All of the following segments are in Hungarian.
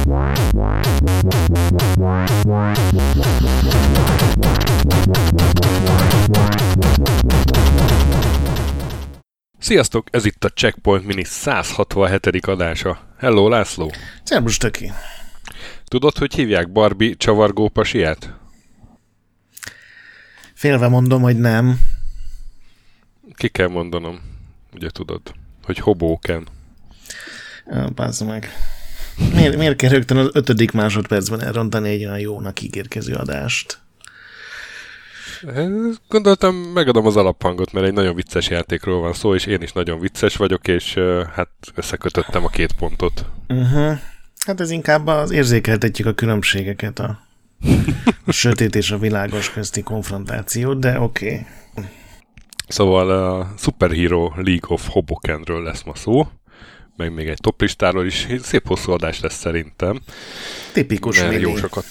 Sziasztok, ez itt a Checkpoint Mini 167. adása. Hello, László! Szervusz, Töki! Tudod, hogy hívják Barbie csavargó pasiát? Félve mondom, hogy nem. Ki kell mondanom, ugye tudod, hogy Hoboken. Bázz meg. Miért kell rögtön az 5. másodpercben elrontani egy olyan jónak ígérkező adást? Gondoltam, megadom az alaphangot, mert egy nagyon vicces játékról van szó, és én is nagyon vicces vagyok, és hát összekötöttem a 2 pontot. Hát ez inkább az érzékeltetjük a különbségeket, a sötét és a világos közti konfrontációt, de oké. Szóval a Superhero League of Hobokenről lesz ma szó, meg még egy toplistáról is. Szép hosszú adás lesz szerintem. Tipikus mini.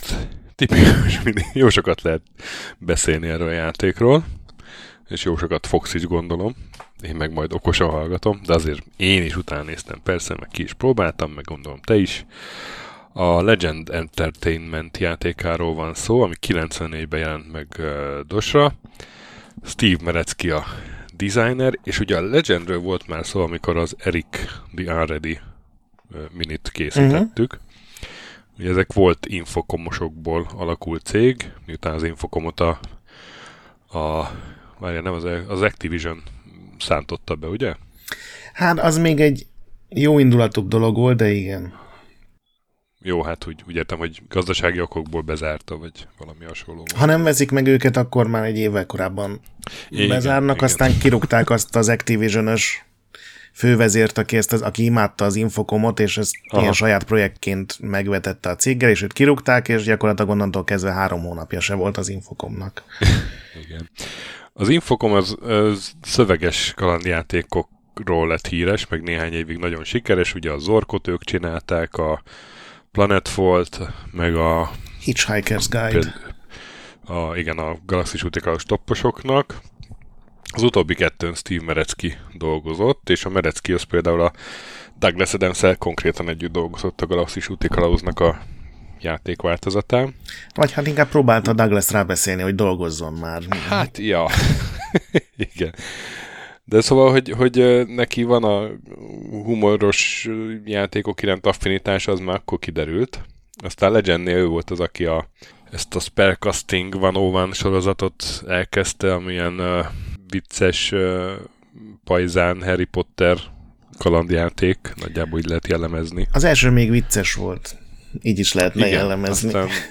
Jó sokat lehet beszélni erről a játékról, és jó sokat fogsz is, gondolom. Én meg majd okosan hallgatom, de azért én is utánnéztem, persze, meg ki is próbáltam, meg gondolom te is. A Legend Entertainment játékáról van szó, ami 94-ben jelent meg DOS-ra. Steve Merecki a designer, és ugye a Legendről volt már szó, amikor az Eric the Unready minit készítettük. Ugye ezek volt infokomosokból alakult cég, miután az infokomot az Activision szántotta be, ugye? Hát az még egy jó indulatúbb dolog volt, de igen. Jó, hát úgy értem, hogy gazdasági okokból bezárta, vagy valami hasonló. Ha nem veszik meg őket, akkor már egy évvel korábban bezárnak, igen. Aztán kirúgták azt az Activision-ös fővezért, aki imádta az Infocomot, és ezt ilyen saját projektként megvetette a céggel, és őt kirúgták, és gyakorlatilag onnantól kezdve 3 hónapja se volt az Infocomnak. Igen. Az Infocom az szöveges kalandjátékokról lett híres, meg néhány évig nagyon sikeres, ugye a Zorkot ők csinálták, a Planetfall-t, meg a Hitchhiker's Guide. Igen, a galaxis útikalós topposoknak. Az utóbbi 2-ön Steve Merecki dolgozott, és a Merecki az például a Douglas Adams-el konkrétan együtt dolgozott a Galaxis úti kalauznak a játékváltozatán. Vagy hát inkább próbálta Douglas rábeszélni, hogy dolgozzon már. Hát, ja. Igen. De szóval, hogy neki van a humoros játékok iránt affinitása, az már akkor kiderült. Aztán Legendnél ő volt az, aki ezt a Spellcasting 101 sorozatot elkezdte, amilyen vicces pajzán Harry Potter kalandjáték, nagyjából így lehet jellemezni. Az első még vicces volt. Így is lehetne jellemezni.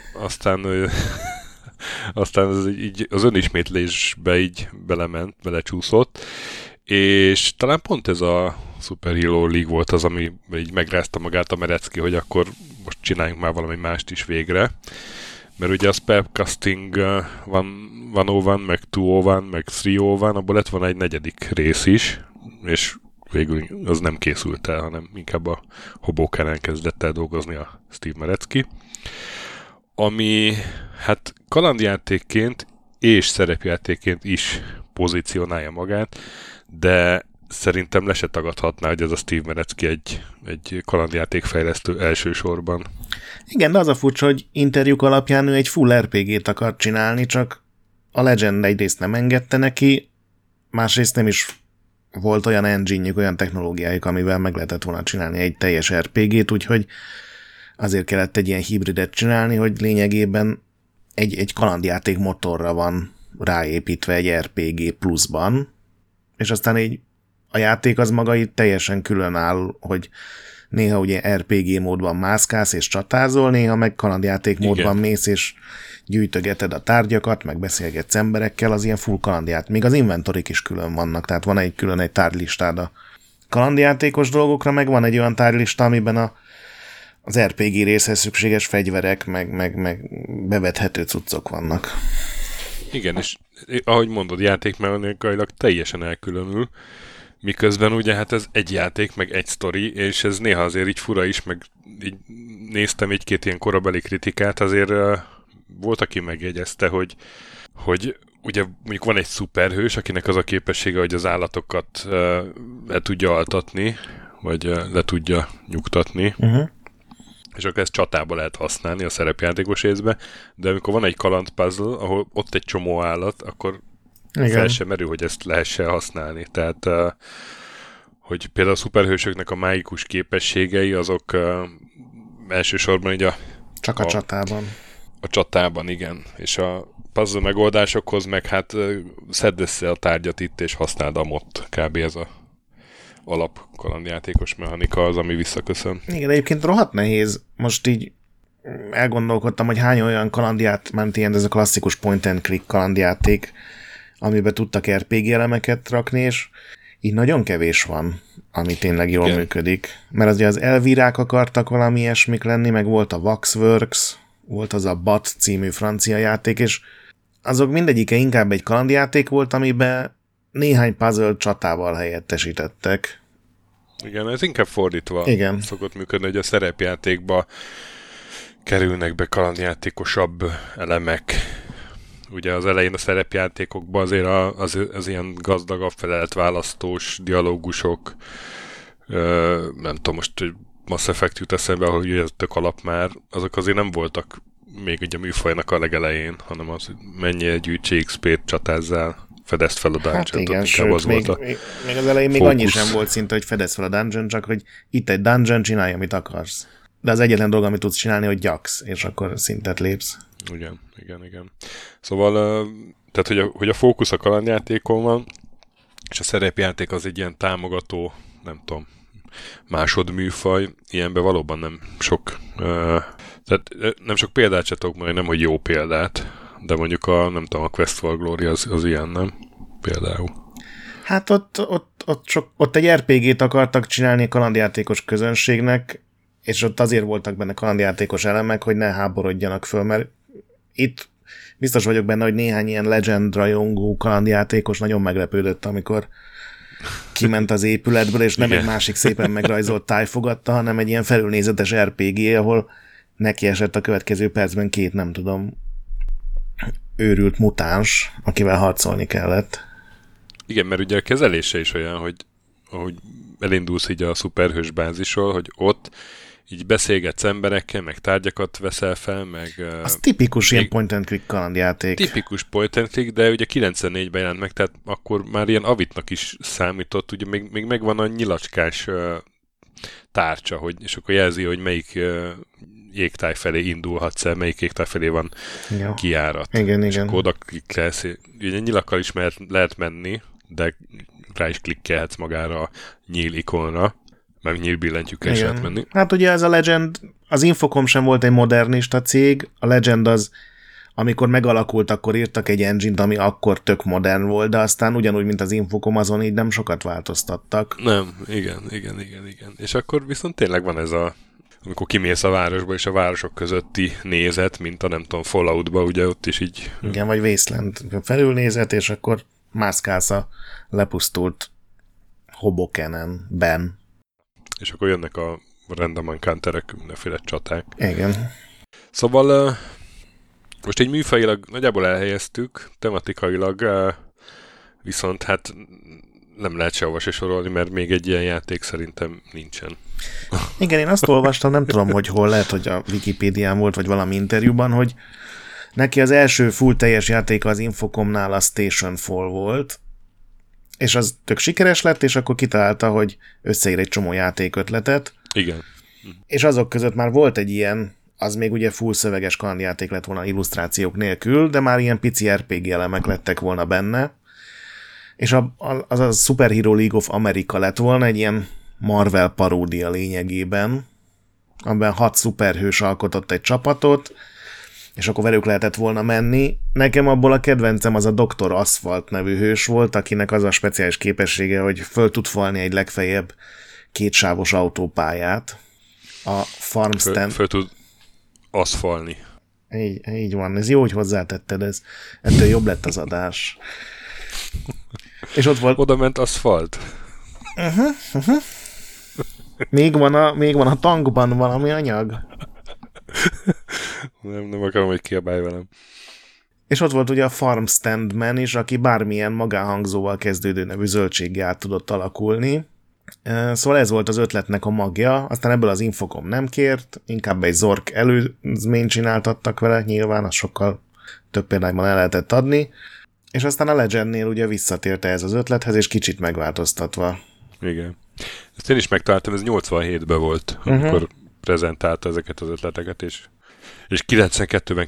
Aztán ez így az önismétlésbe így belecsúszott, és talán pont ez a Superhero League volt az, ami így megrázta magát a Merecki, hogy akkor most csináljunk már valami mást is végre. Mert ugye a Spellcasting 101, meg 201, meg 301, abból lett volna egy 4. rész is, és végül az nem készült el, hanem inkább a Hobokenen kezdett el dolgozni a Steve Merecki. Ami hát kalandjátékként és szerepjátékként is pozícionálja magát, de szerintem le se tagadhatná, hogy ez a Steve Merecki egy kalandjátékfejlesztő elsősorban. Igen, de az a furcsa, hogy interjúk alapján ő egy full RPG-t akart csinálni, csak a Legend egyrészt nem engedte neki, másrészt nem is volt olyan engine-jük, olyan technológiájuk, amivel meg lehetett volna csinálni egy teljes RPG-t, úgyhogy azért kellett egy ilyen hibridet csinálni, hogy lényegében egy kalandjáték motorra van ráépítve egy RPG pluszban, és aztán így a játék az maga itt teljesen külön áll, hogy néha ugye RPG módban mászkálsz és csatázol, néha meg kalandjáték módban mész és gyűjtögeted a tárgyakat, meg beszélgetsz emberekkel, az ilyen full kalandjáték. Még az inventorik is külön vannak, tehát van egy külön egy tárgylistád a kalandjátékos dolgokra, meg van egy olyan tárgylista, amiben az RPG részhez szükséges fegyverek, meg bevethető cuccok vannak. Igen, és ahogy mondod, játékmechanikailag teljesen elkülönül, miközben ugye hát ez egy játék, meg egy sztori, és ez néha azért így fura is, meg így néztem egy-két ilyen korabeli kritikát, azért volt, aki megjegyezte, hogy ugye mondjuk van egy szuperhős, akinek az a képessége, hogy az állatokat le tudja altatni, vagy le tudja nyugtatni. és akkor ezt csatába lehet használni a szerepjátékos részbe, de amikor van egy kaland puzzle, ahol ott egy csomó állat, akkor fel sem merül, hogy ezt lehessen használni. Tehát, hogy például a szuperhősöknek a mágikus képességei, azok elsősorban így csak a csatában. A csatában, igen. És a puzzle megoldásokhoz meg hát szedd össze a tárgyat itt, és használd amott. Kb. Ez a alap kalandjátékos mechanika az, ami visszaköszön. Igen, egyébként rohadt nehéz. Most így elgondolkodtam, hogy hány olyan kalandját ment ilyen, ez a klasszikus point and click kalandjáték, amiben tudtak RPG elemeket rakni, és így nagyon kevés van, ami tényleg jól működik. Mert az ugye az Elvirák akartak valami ilyesmik lenni, meg volt a Waxworks, volt az a BAT című francia játék, és azok mindegyike inkább egy kalandjáték volt, amiben néhány puzzle csatával helyettesítettek. Igen, ez inkább fordítva szokott működni, hogy a szerepjátékba kerülnek be kalandjátékosabb elemek. Ugye az elején a szerepjátékokban azért az ilyen gazdagabb feleletválasztós dialógusok, nem tudom, most Mass Effect jut eszembe, ahol ugye tök alap már, azok azért nem voltak még ugye a műfajnak a legelején, hanem az, hogy mennyire gyűjtse XP-t, csatázzál, fedezd fel a dungeon-t. Hát igen, sőt, még az elején még annyi sem volt szinte, hogy fedezd fel a dungeon, csak hogy itt egy dungeon, csinálj, amit akarsz. De az egyetlen dolog, amit tudsz csinálni, hogy gyaksz, és akkor szintet lépsz. Igen. Szóval, tehát, hogy a fókusz a kalandjátékon van, és a szerepjáték az egy ilyen támogató, nem tudom, másodműfaj, ilyenben valóban nem sok, tehát nem sok példát se tudok mondani, nem, hogy jó példát, de mondjuk nem tudom, a Quest for Glory az ilyen, nem? Például. Hát ott egy RPG-t akartak csinálni a kalandjátékos közönségnek, és ott azért voltak benne kalandjátékos elemek, hogy ne háborodjanak föl, mert itt biztos vagyok benne, hogy néhány ilyen Legend rajongó kalandjátékos nagyon meglepődött, amikor kiment az épületből, és nem egy másik szépen megrajzolt táj fogadta, hanem egy ilyen felülnézetes RPG, ahol neki esett a következő percben két, nem tudom, őrült mutáns, akivel harcolni kellett. Igen, mert ugye a kezelése is olyan, hogy ahogy elindulsz így a szuperhős bázisról, hogy ott így beszélgetsz emberekkel, meg tárgyakat veszel fel, meg... Az tipikus ilyen point and click kalandjáték. Tipikus point and click, de ugye 94-ben jelent meg, tehát akkor már ilyen avitnak is számított, ugye még megvan a nyilacskás tárcsa, és akkor jelzi, hogy melyik jégtáj felé indulhatsz el, melyik jégtáj felé van kijárat. Igen. És akkor oda klikkelsz. Ugye nyilakkal is lehet menni, de rá is klikkelhetsz magára a nyíl ikonra, meg nyílbillentyűkkel is lehet menni. Hát ugye ez a Legend, az Infocom sem volt egy modernista cég, a Legend az, amikor megalakult, akkor írtak egy engine-t, ami akkor tök modern volt, de aztán ugyanúgy, mint az Infocom, azon így nem sokat változtattak. Nem, igen. És akkor viszont tényleg van ez amikor kimész a városba, és a városok közötti nézet, mint a nem tudom, Falloutba, ugye ott is így... Igen, vagy Wasteland felülnézet, és akkor mászkálsz a lepusztult Hobokenen-ben. És akkor jönnek a random encounterek, mindenféle csaták. Igen. Szóval most egy műfajilag nagyjából elhelyeztük, tematikailag viszont hát nem lehet sehova se sorolni, mert még egy ilyen játék szerintem nincsen. Igen, én azt olvastam, nem tudom, hogy hol, lehet, hogy a Wikipédián volt, vagy valami interjúban, hogy neki az első full teljes játéka az Infocomnál a Stationfall volt, és az tök sikeres lett, és akkor kitalálta, hogy összeír egy csomó játékötletet. Igen. És azok között már volt egy ilyen, az még ugye full szöveges kalandjáték lett volna illusztrációk nélkül, de már ilyen pici RPG elemek lettek volna benne. És az a Super Hero League of America lett volna egy ilyen Marvel paródia lényegében, amiben 6 szuperhős alkotott egy csapatot, és akkor velük lehetett volna menni. Nekem abból a kedvencem az a Dr. Asphalt nevű hős volt, akinek az a speciális képessége, hogy föl tud falni egy legfeljebb kétsávos autópályát. A Farmstand... Föl tud aszfalni. Így van, ez jó, hogy hozzátetted, ettől jobb lett az adás. És ott volt... Oda ment aszfalt. Még van a tankban valami anyag. Nem akarom, hogy kiabálj velem. És ott volt ugye a Farmstand Man is, aki bármilyen magánhangzóval kezdődő nevű zöldséggé át tudott alakulni, Szóval ez volt az ötletnek a magja, aztán ebből az Infocom nem kért, inkább egy Zork előzményt csináltattak vele, nyilván, az sokkal több példányban el lehetett adni, és aztán a Legendnél ugye visszatért ez az ötlethez, és kicsit megváltoztatva. Igen. Ezt én is megtaláltam, ez 87-ben volt, amikor prezentálta ezeket az ötleteket, és 92-ben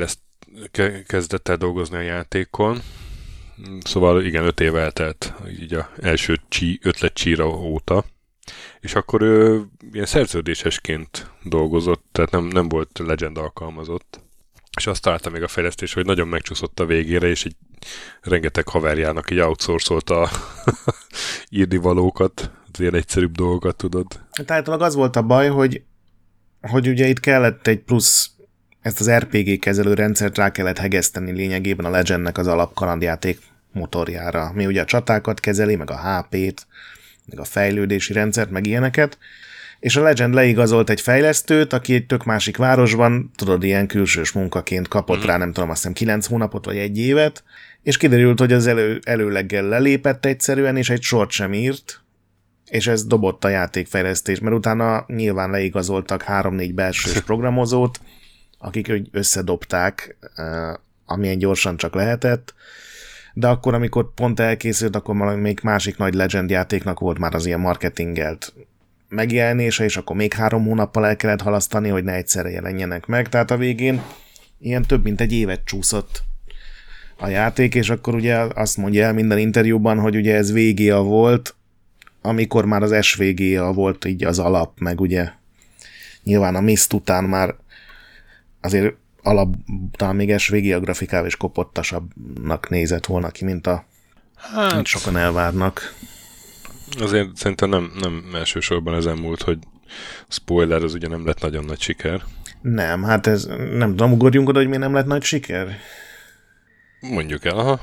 kezdett el dolgozni a játékon. Szóval igen, 5 év eltelt így a első ötlet csíra óta. És akkor ő ilyen szerződésesként dolgozott, tehát nem volt Legend alkalmazott. És azt találta még a fejlesztés, hogy nagyon megcsúszott a végére, és egy rengeteg haverjának így outsourcolta írni valókat, az ilyen egyszerűbb dolgokat, tudod. Tehát az volt a baj, hogy ugye itt kellett egy plusz, ezt az RPG kezelő rendszert rá kellett hegeszteni lényegében a Legendnek az alapkalandjáték motorjára, ami ugye a csatákat kezeli, meg a HP-t, meg a fejlődési rendszert, meg ilyeneket, és a Legend leigazolt egy fejlesztőt, aki egy tök másik városban, tudod, ilyen külsős munkaként kapott rá, nem tudom, azt hiszem 9 hónapot vagy 1 évet, és kiderült, hogy az előleggel lelépett egyszerűen, és egy sort sem írt, és ez dobott a játékfejlesztés, mert utána nyilván leigazoltak 3-4 belsős programozót, akik összedobták, amilyen gyorsan csak lehetett, de akkor, amikor pont elkészült, akkor még másik nagy Legend játéknak volt már az ilyen marketingelt megjelenése, és akkor még 3 hónappal el kellett halasztani, hogy ne egyszerre jelenjenek meg, tehát a végén ilyen több mint 1 évet csúszott a játék, és akkor ugye azt mondja el minden interjúban, hogy ugye ez VGA volt, amikor már az SVGA volt így az alap, meg ugye nyilván a Myst után már azért talán még SVGA grafikával is kopottasabbnak nézett volna ki, mint mint sokan elvárnak. Azért szerintem nem elsősorban ezen múlt, hogy spoiler, az ugye nem lett nagyon nagy siker. Nem, hát ez nem tudom, ugorjunk oda, hogy miért nem lett nagy siker? Mondjuk el, aha.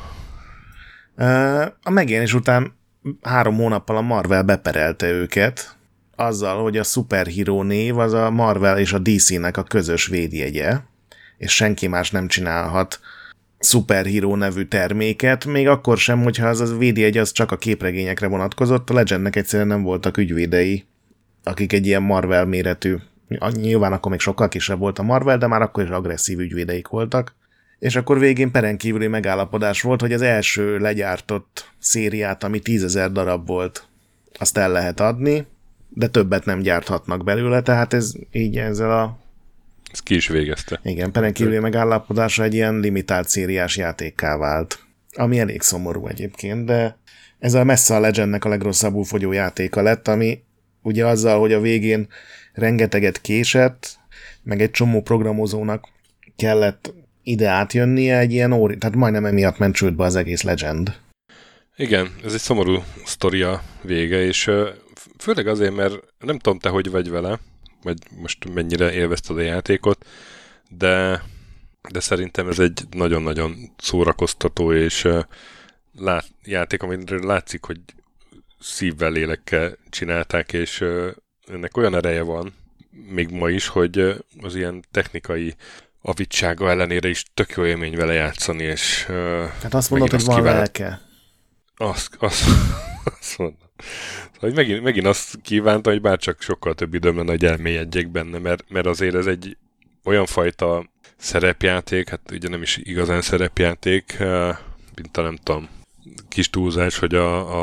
A megjelenés után 3 hónappal a Marvel beperelte őket, azzal, hogy a Superhero név az a Marvel és a DC-nek a közös védjegye, és senki más nem csinálhat Superhero nevű terméket, még akkor sem, hogyha az a védjegy az csak a képregényekre vonatkozott, a Legendnek egyszerűen nem voltak ügyvédei, akik egy ilyen Marvel méretű, nyilván akkor még sokkal kisebb volt a Marvel, de már akkor is agresszív ügyvédeik voltak, és akkor végén perenkívüli megállapodás volt, hogy az első legyártott szériát, ami 10 000 darab volt, azt el lehet adni, de többet nem gyárthatnak belőle, tehát ez így ezzel ezt ki is végezte. Igen, perenkívüli megállapodásra egy ilyen limitált szériás játékká vált, ami elég szomorú egyébként, de ez a messze a Legendnek a legrosszabbul fogyó játéka lett, ami ugye azzal, hogy a végén rengeteget késett, meg egy csomó programozónak kellett ide átjönnie, egy ilyen tehát majdnem emiatt ment csődbe az egész Legend. Igen, ez egy szomorú sztoria vége, és főleg azért, mert nem tudom te, hogy vagy vele, vagy most mennyire élvezted a játékot, de szerintem ez egy nagyon-nagyon szórakoztató és játék, amiről látszik, hogy szívvel, lélekkel csinálták, és ennek olyan ereje van, még ma is, hogy az ilyen technikai avitsága ellenére is tök jó élmény vele játszani, és hát azt mondod, hogy van lelke. Azt mondom. Szóval, hogy megint azt kívántam, hogy bárcsak sokkal több időm lenne, hogy elmélyedjek benne, mert azért ez egy olyan fajta szerepjáték, hát ugye nem is igazán szerepjáték, mint a nem tudom, kis túlzás, hogy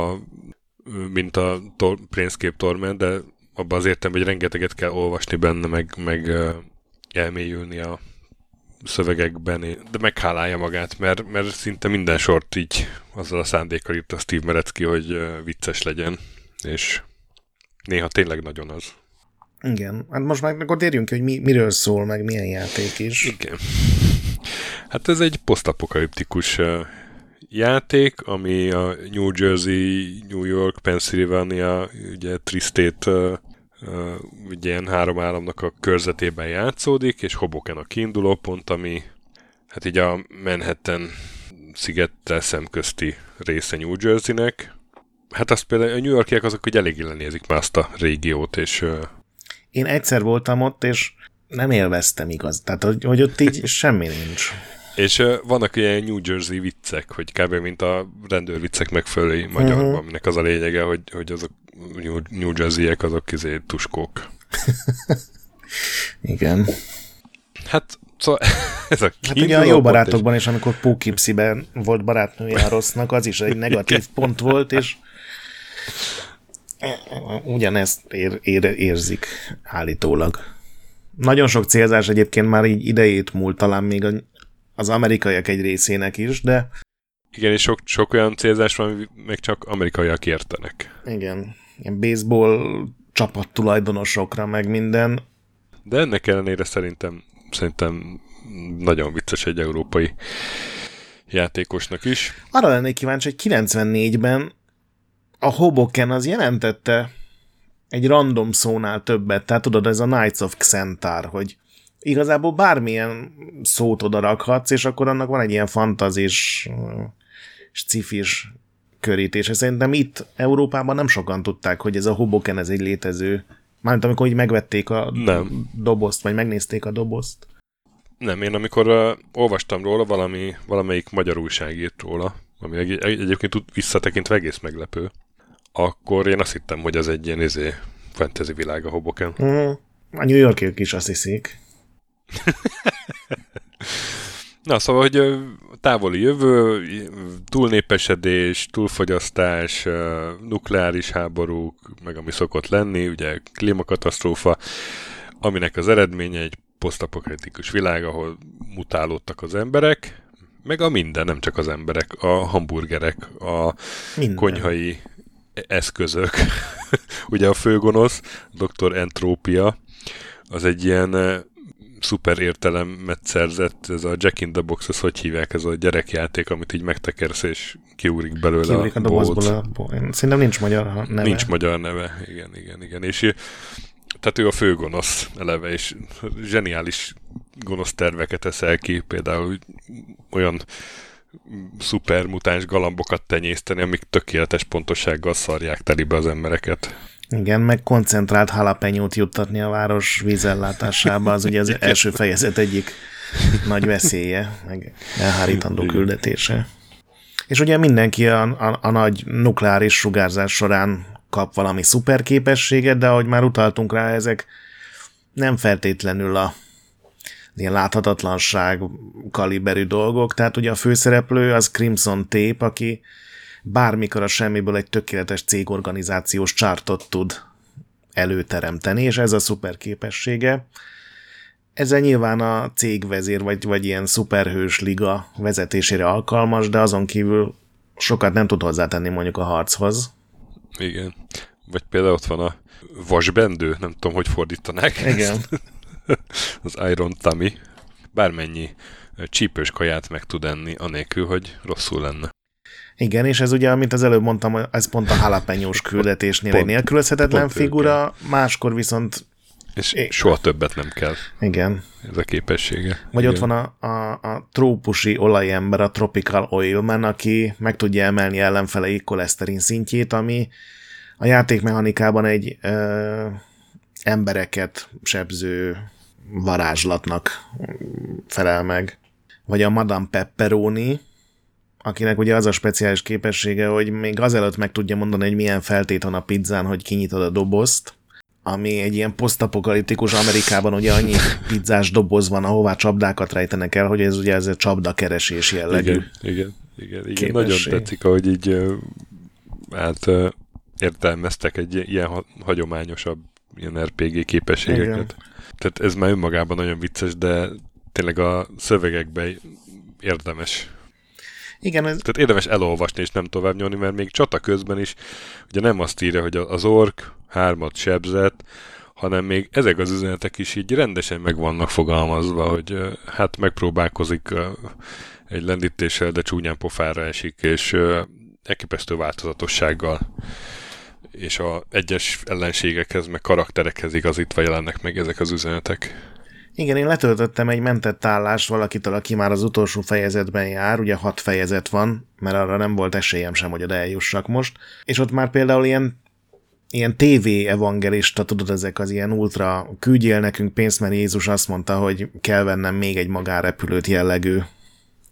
mint a Planescape Torment, de abban az értem, hogy rengeteget kell olvasni benne, meg elmélyülni a szövegekben, de meghálálja magát, mert szinte minden sort így azzal a szándékkal írta Steve Merecki, hogy vicces legyen, és néha tényleg nagyon az. Igen, hát most már akkor térjünk ki, hogy miről szól, meg milyen játék is. Igen. Hát ez egy posztapokaliptikus játék, ami a New Jersey, New York, Pennsylvania, ugye Tri-State ugye ilyen 3 államnak a körzetében játszódik, és Hoboken a kiinduló pont, ami hát így a Manhattan szigettel szemközti része New Jerseynek. Hát azt például a New Yorkiek azok, hogy eléggé lenézik már azt a régiót, és én egyszer voltam ott, és nem élveztem igaz. Tehát, hogy ott így semmi nincs. És vannak ilyen New Jersey viccek, hogy kb. Mint a rendőrviccek megfelelői magyarban, aminek az a lényege, hogy azok New Jersey-ek, azok tuskók. Igen. Hát, szóval ez a Hát ugye a Jó barátokban is, amikor Poughkeepsie-ben volt barátnője a rossznak, az is egy negatív pont volt, és ugyanezt érzik állítólag. Nagyon sok célzás egyébként már így idejét múlt, talán még az amerikaiak egy részének is, de... Igen, és sok olyan célzás van, ami meg csak amerikaiak értenek. Igen, ilyen baseball csapattulajdonosokra, meg minden. De ennek ellenére szerintem nagyon vicces egy európai játékosnak is. Arra lennék kíváncsi, hogy 94-ben a Hoboken az jelentette egy random szónál többet, tehát tudod, ez a Knights of Xentar, hogy igazából bármilyen szót oda rakhatsz, és akkor annak van egy ilyen fantazis, cifis körítése. Szerintem itt Európában nem sokan tudták, hogy ez a Hoboken, ez egy létező. Mármint amikor így megvették a dobozt, vagy megnézték a dobozt. Nem, én amikor olvastam róla, valamelyik magyar újság írt róla, ami egyébként visszatekintve egész meglepő, akkor én azt hittem, hogy ez egy ilyen fantasy világ a Hoboken. A New Yorkiak is azt hiszik. Na, szóval, hogy távoli jövő, túlnépesedés, túlfogyasztás, nukleáris háborúk, meg ami szokott lenni, ugye klímakatasztrófa, aminek az eredménye egy posztapokaliptikus világ, ahol mutálódtak az emberek, meg a minden, nem csak az emberek, a hamburgerek, a minden. Konyhai eszközök. Ugye a főgonosz, Dr. Entropia, az egy ilyen szuper értelemet szerzett, ez a Jack in the Box, ez hogy hívják, ez a gyerekjáték, amit így megtekersz, és kiugrik belőle a dobozból. Szerintem nincs magyar neve. Nincs magyar neve, igen. És tehát ő a főgonosz eleve, és zseniális gonosz terveket teszel ki, például olyan szuper mutáns galambokat tenyészteni, amik tökéletes pontossággal szarják telibe az embereket. Igen, meg koncentrált halapenyót juttatni a város vízellátásába, az ugye az első fejezet egyik nagy veszélye, meg elhárítandó küldetése. És ugye mindenki a nagy nukleáris sugárzás során kap valami szuperképességet, de ahogy már utaltunk rá, ezek nem feltétlenül a ilyen láthatatlanság kaliberű dolgok, tehát ugye a főszereplő az Crimson Tape, aki bármikor a semmiből egy tökéletes cégorganizációs csártot tud előteremteni, és ez a szuperképessége. Ezzel nyilván a cégvezér, vagy ilyen szuperhős liga vezetésére alkalmas, de azon kívül sokat nem tud hozzátenni mondjuk a harchoz. Igen. Vagy például ott van a vasbendő, nem tudom, hogy fordítanák. Igen. Az Iron Tummy. Bármennyi csípős kaját meg tud enni, anélkül, hogy rosszul lenne. Igen, és ez ugye, amit az előbb mondtam, ez pont a jalapenyós küldetésnél egy nélkülözhetetlen figura, máskor viszont... És soha többet nem kell. Igen. Ez a képessége. Vagy igen. Ott van a trópusi olajember, a Tropical Oilman, aki meg tudja emelni ellenfelei koleszterin szintjét, ami a játékmechanikában egy embereket sebző varázslatnak felel meg. Vagy a Madame Pepperoni, akinek ugye az a speciális képessége, hogy még azelőtt meg tudja mondani, hogy milyen feltét van a pizzán, hogy kinyitod a dobozt, ami egy ilyen posztapokaliptikus Amerikában ugye annyi pizzás doboz van, ahová csapdákat rejtenek el, hogy ez ugye ez a csapdakeresés jellegű. Igen. Nagyon tetszik, ahogy így értelmeztek egy ilyen hagyományosabb ilyen RPG képességeket. Igen. Tehát ez már önmagában nagyon vicces, de tényleg a szövegekben érdemes. Igen, Tehát érdemes elolvasni és nem tovább nyomni, mert még csata közben is ugye nem azt írja, hogy az ork 3 sebzett, hanem még ezek az üzenetek is így rendesen meg vannak fogalmazva, hogy hát megpróbálkozik egy lendítéssel, de csúnyán pofára esik, és elképesztő változatossággal és a egyes ellenségekhez, meg karakterekhez igazítva jelennek meg ezek az üzenetek. Igen, én letöltöttem egy mentett állást valakitől, aki már az utolsó fejezetben jár, ugye 6 fejezet van, mert arra nem volt esélyem sem, hogy oda eljussak most, és ott már például ilyen TV evangelista, tudod, ezek az ilyen ultra küldjél nekünk pénzt, mert Jézus azt mondta, hogy kell vennem még egy magánrepülőt jellegű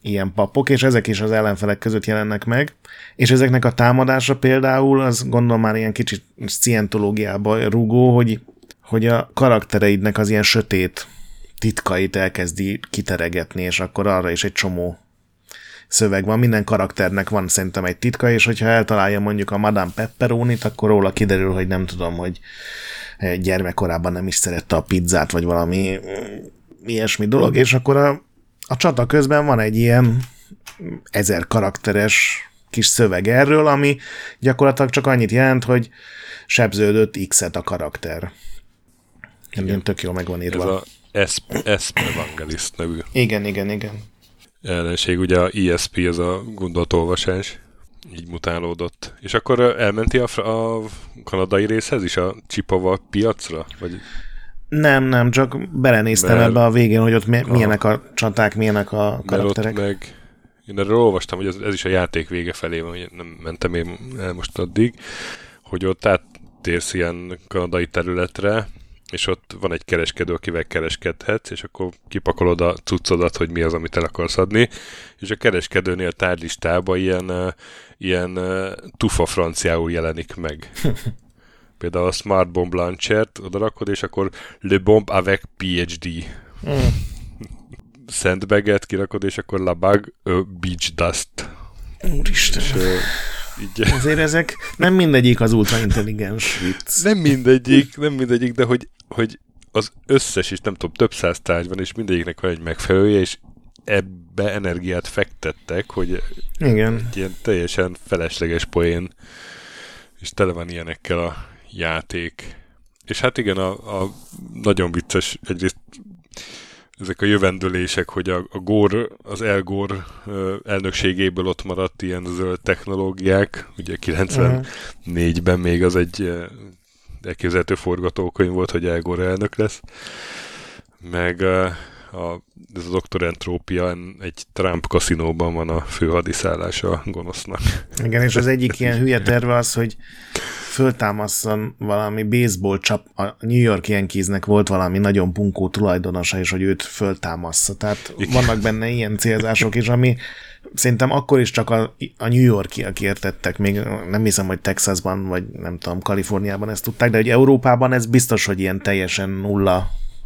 ilyen papok, és ezek is az ellenfelek között jelennek meg, és ezeknek a támadása például, az gondolom már ilyen kicsit scientológiába rúgó, hogy a karaktereidnek az ilyen sötét titkait elkezdi kiteregetni, és akkor arra is egy csomó szöveg van. Minden karakternek van szerintem egy titka, és hogyha eltalálja mondjuk a Madame Pepperonit, akkor róla kiderül, hogy nem tudom, hogy gyermekkorában nem is szerette a pizzát, vagy valami ilyesmi dolog, és akkor a csata közben van egy ilyen 1000 karakteres kis szöveg erről, ami gyakorlatilag csak annyit jelent, hogy sebződött X-et a karakter. Igen. Tök jól meg van írva. Ez a Esp Evangelist nevű. Igen. Ellenség, ugye a ESP, az a gondolatolvasás, így mutálódott. És akkor elmenti a kanadai részhez is, a Chippewa piacra? Vagy... Nem, csak belenéztem ebbe a végén, hogy ott milyenek a csaták, milyenek a karakterek. Én erről olvastam, hogy ez is a játék vége felé van, hogy nem mentem én el most addig, hogy ott áttérsz ilyen kanadai területre, és ott van egy kereskedő, akivel kereskedhetsz, és akkor kipakolod a cuccodat, hogy mi az, amit el akarsz adni, és a kereskedőnél tárlistában ilyen tufa franciául jelenik meg. Például a Smart Bomb Launcher-t odarakod, és akkor Le Bomb avec PhD. Sandbag-et kirakod, és akkor La Bag Beach Dust. Úristen. És, így... Azért ezek nem mindegyik az ultraintelligens vicc. Nem mindegyik, de hogy az összes is, nem tudom, több száz tárgy van, és mindegyiknek van egy megfelelője, és ebbe energiát fektettek, hogy igen. Ilyen teljesen felesleges poén, és tele van ilyenekkel a játék. És hát igen, a nagyon vicces egyrészt ezek a jövendőlések, hogy a Gore, az El Gore elnökségéből ott maradt ilyen zöld technológiák, ugye 94-ben még az egy elképzelhető forgatókönyv volt, hogy El Gore elnök lesz, meg ez a Dr. Entropia egy Trump kaszinóban van a főhadiszállása a gonosznak. Igen, és az egyik ilyen hülye terve az, hogy föltámasszon valami baseball csap, a New York Yankeesnek volt valami nagyon bunkó tulajdonosa, és hogy őt föltámassza. Tehát vannak benne ilyen célzások is, ami szerintem akkor is csak a New Yorkiak értettek, még nem hiszem, hogy Texasban, vagy nem tudom, Kaliforniában ezt tudták, de hogy Európában ez biztos, hogy ilyen teljesen nulla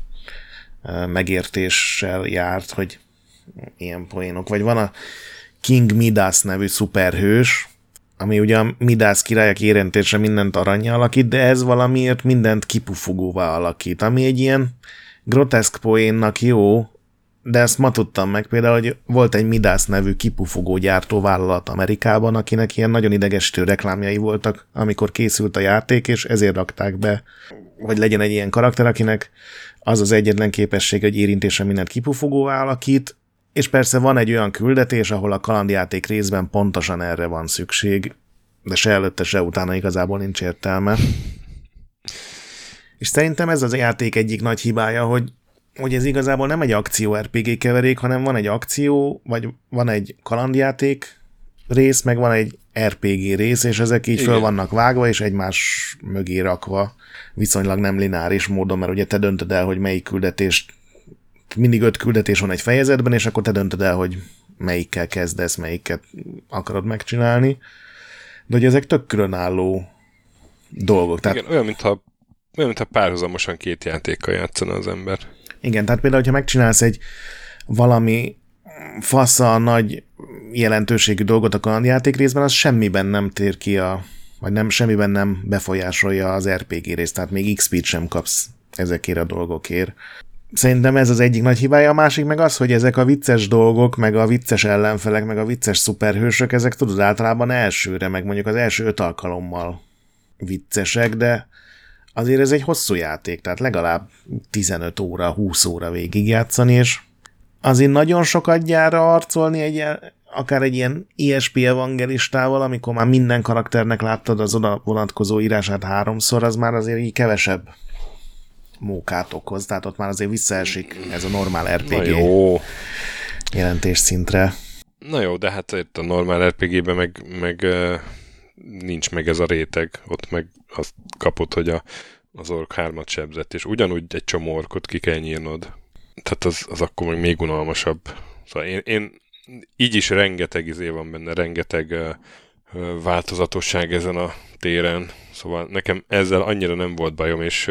megértéssel járt, hogy ilyen poénok. Vagy van a King Midas nevű szuperhős, ami ugye a Midas király, aki érintésre mindent aranyja alakít, de ez valamiért mindent kipufogóvá alakít, ami egy ilyen groteszk poénnak jó, de ezt ma tudtam meg például, hogy volt egy Midas nevű kipufogó gyártó vállalat Amerikában, akinek ilyen nagyon idegesítő reklámjai voltak, amikor készült a játék, és ezért rakták be, hogy legyen egy ilyen karakter, akinek az az egyetlen képesség, hogy érintésre mindent kipufogóvá alakít, és persze van egy olyan küldetés, ahol a kalandjáték részben pontosan erre van szükség, de se előtte, se utána igazából nincs értelme. És szerintem ez az játék egyik nagy hibája, hogy ez igazából nem egy akció RPG keverék, hanem van egy akció, vagy van egy kalandjáték rész, meg van egy RPG rész, és ezek így föl vannak vágva, és egymás mögé rakva viszonylag nem lineáris módon, mert ugye te döntöd el, hogy melyik küldetést, mindig 5 küldetés van egy fejezetben, és akkor te döntöd el, hogy melyikkel kezdesz, melyiket akarod megcsinálni. De hogy ezek tök különálló dolgok. Tehát... Igen, olyan, mintha párhuzamosan 2 játékkal játszana az ember. Igen, tehát például, hogyha megcsinálsz egy valami fasza nagy jelentőségű dolgot a kalandjáték részben, az semmiben nem tér ki vagy nem, semmiben nem befolyásolja az RPG részt, tehát még XP-t sem kapsz ezekért a dolgokért. Szerintem ez az egyik nagy hibája, a másik meg az, hogy ezek a vicces dolgok, meg a vicces ellenfelek, meg a vicces szuperhősök, ezek tudod általában elsőre, meg mondjuk az első 5 alkalommal viccesek, de azért ez egy hosszú játék, tehát legalább 15 óra, 20 óra végigjátszani, és azért nagyon sokat gyára arcolni akár egy ilyen ESP evangelistával, amikor már minden karakternek láttad az oda vonatkozó írását 3-szor, az már azért így kevesebb mókát okoz, tehát ott már azért visszaesik ez a normál RPG jelentés szintre. Na jó, de hát itt a normál RPG-ben meg nincs meg ez a réteg, ott meg azt kapod, hogy az ork 3-at sebzett, és ugyanúgy egy csomó orkot ki kell nyírnod. Tehát az akkor még unalmasabb. Szóval én így is rengeteg izé van benne, rengeteg változatosság ezen a téren. Szóval nekem ezzel annyira nem volt bajom, és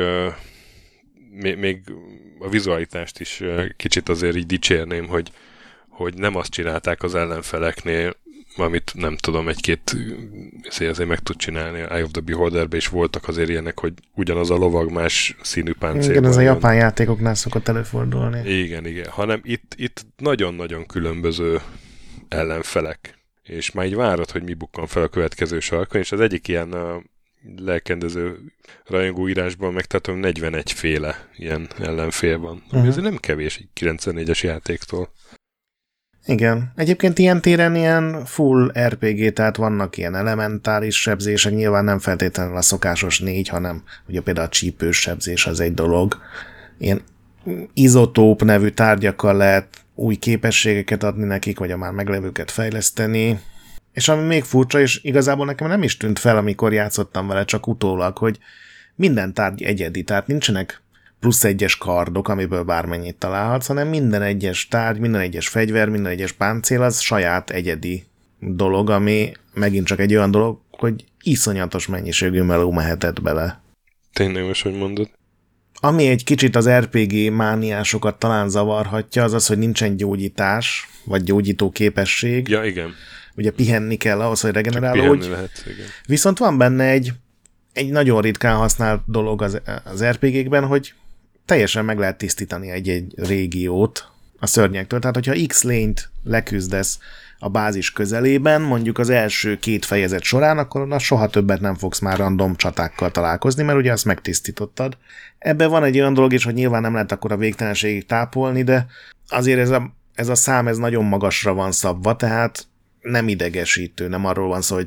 még a vizualitást is kicsit azért így dicsérném, hogy nem azt csinálták az ellenfeleknél, amit nem tudom, egy-két azért meg tud csinálni. Eye of the Beholderben is voltak azért ilyenek, hogy ugyanaz a lovag más színű páncélban. Igen, ez a japán játékoknál szokott előfordulni. Igen. Hanem itt nagyon-nagyon különböző ellenfelek. És már így várod, hogy mi bukkan fel a következő sarkon, és az egyik ilyen lelkendező rajongóírásban megtartom 41 féle ilyen ellenfél van. Ami azért nem kevés egy 94-es játéktól. Igen. Egyébként ilyen téren ilyen full RPG, tehát vannak ilyen elementáris sebzések, nyilván nem feltétlenül a szokásos 4, hanem ugye például a csípős sebzés az egy dolog. Ilyen izotóp nevű tárgyakkal lehet új képességeket adni nekik, vagy a már meglevőket fejleszteni. És ami még furcsa, és igazából nekem nem is tűnt fel, amikor játszottam vele, csak utólag, hogy minden tárgy egyedi, tehát nincsenek plusz egyes kardok, amiből bármennyit találhatsz, hanem minden egyes tárgy, minden egyes fegyver, minden egyes páncél az saját egyedi dolog, ami megint csak egy olyan dolog, hogy iszonyatos mennyiségű meló mehetett bele. Tényleg most, hogy mondod? Ami egy kicsit az RPG mániásokat talán zavarhatja, az az, hogy nincsen gyógyítás, vagy gyógyító képesség. Ja, igen. Ugye pihenni kell ahhoz, hogy regenerálódj. Lehet, igen. Viszont van benne egy nagyon ritkán használt dolog az RPG-kben, hogy teljesen meg lehet tisztítani egy régiót a szörnyektől. Tehát, hogyha X lényt leküzdesz a bázis közelében, mondjuk az első 2 fejezet során, akkor soha többet nem fogsz már random csatákkal találkozni, mert ugye azt megtisztítottad. Ebben van egy olyan dolog is, hogy nyilván nem lehet akkor a végtelenségig tápolni, de azért ez a szám ez nagyon magasra van szabva, tehát nem idegesítő, nem arról van szó, hogy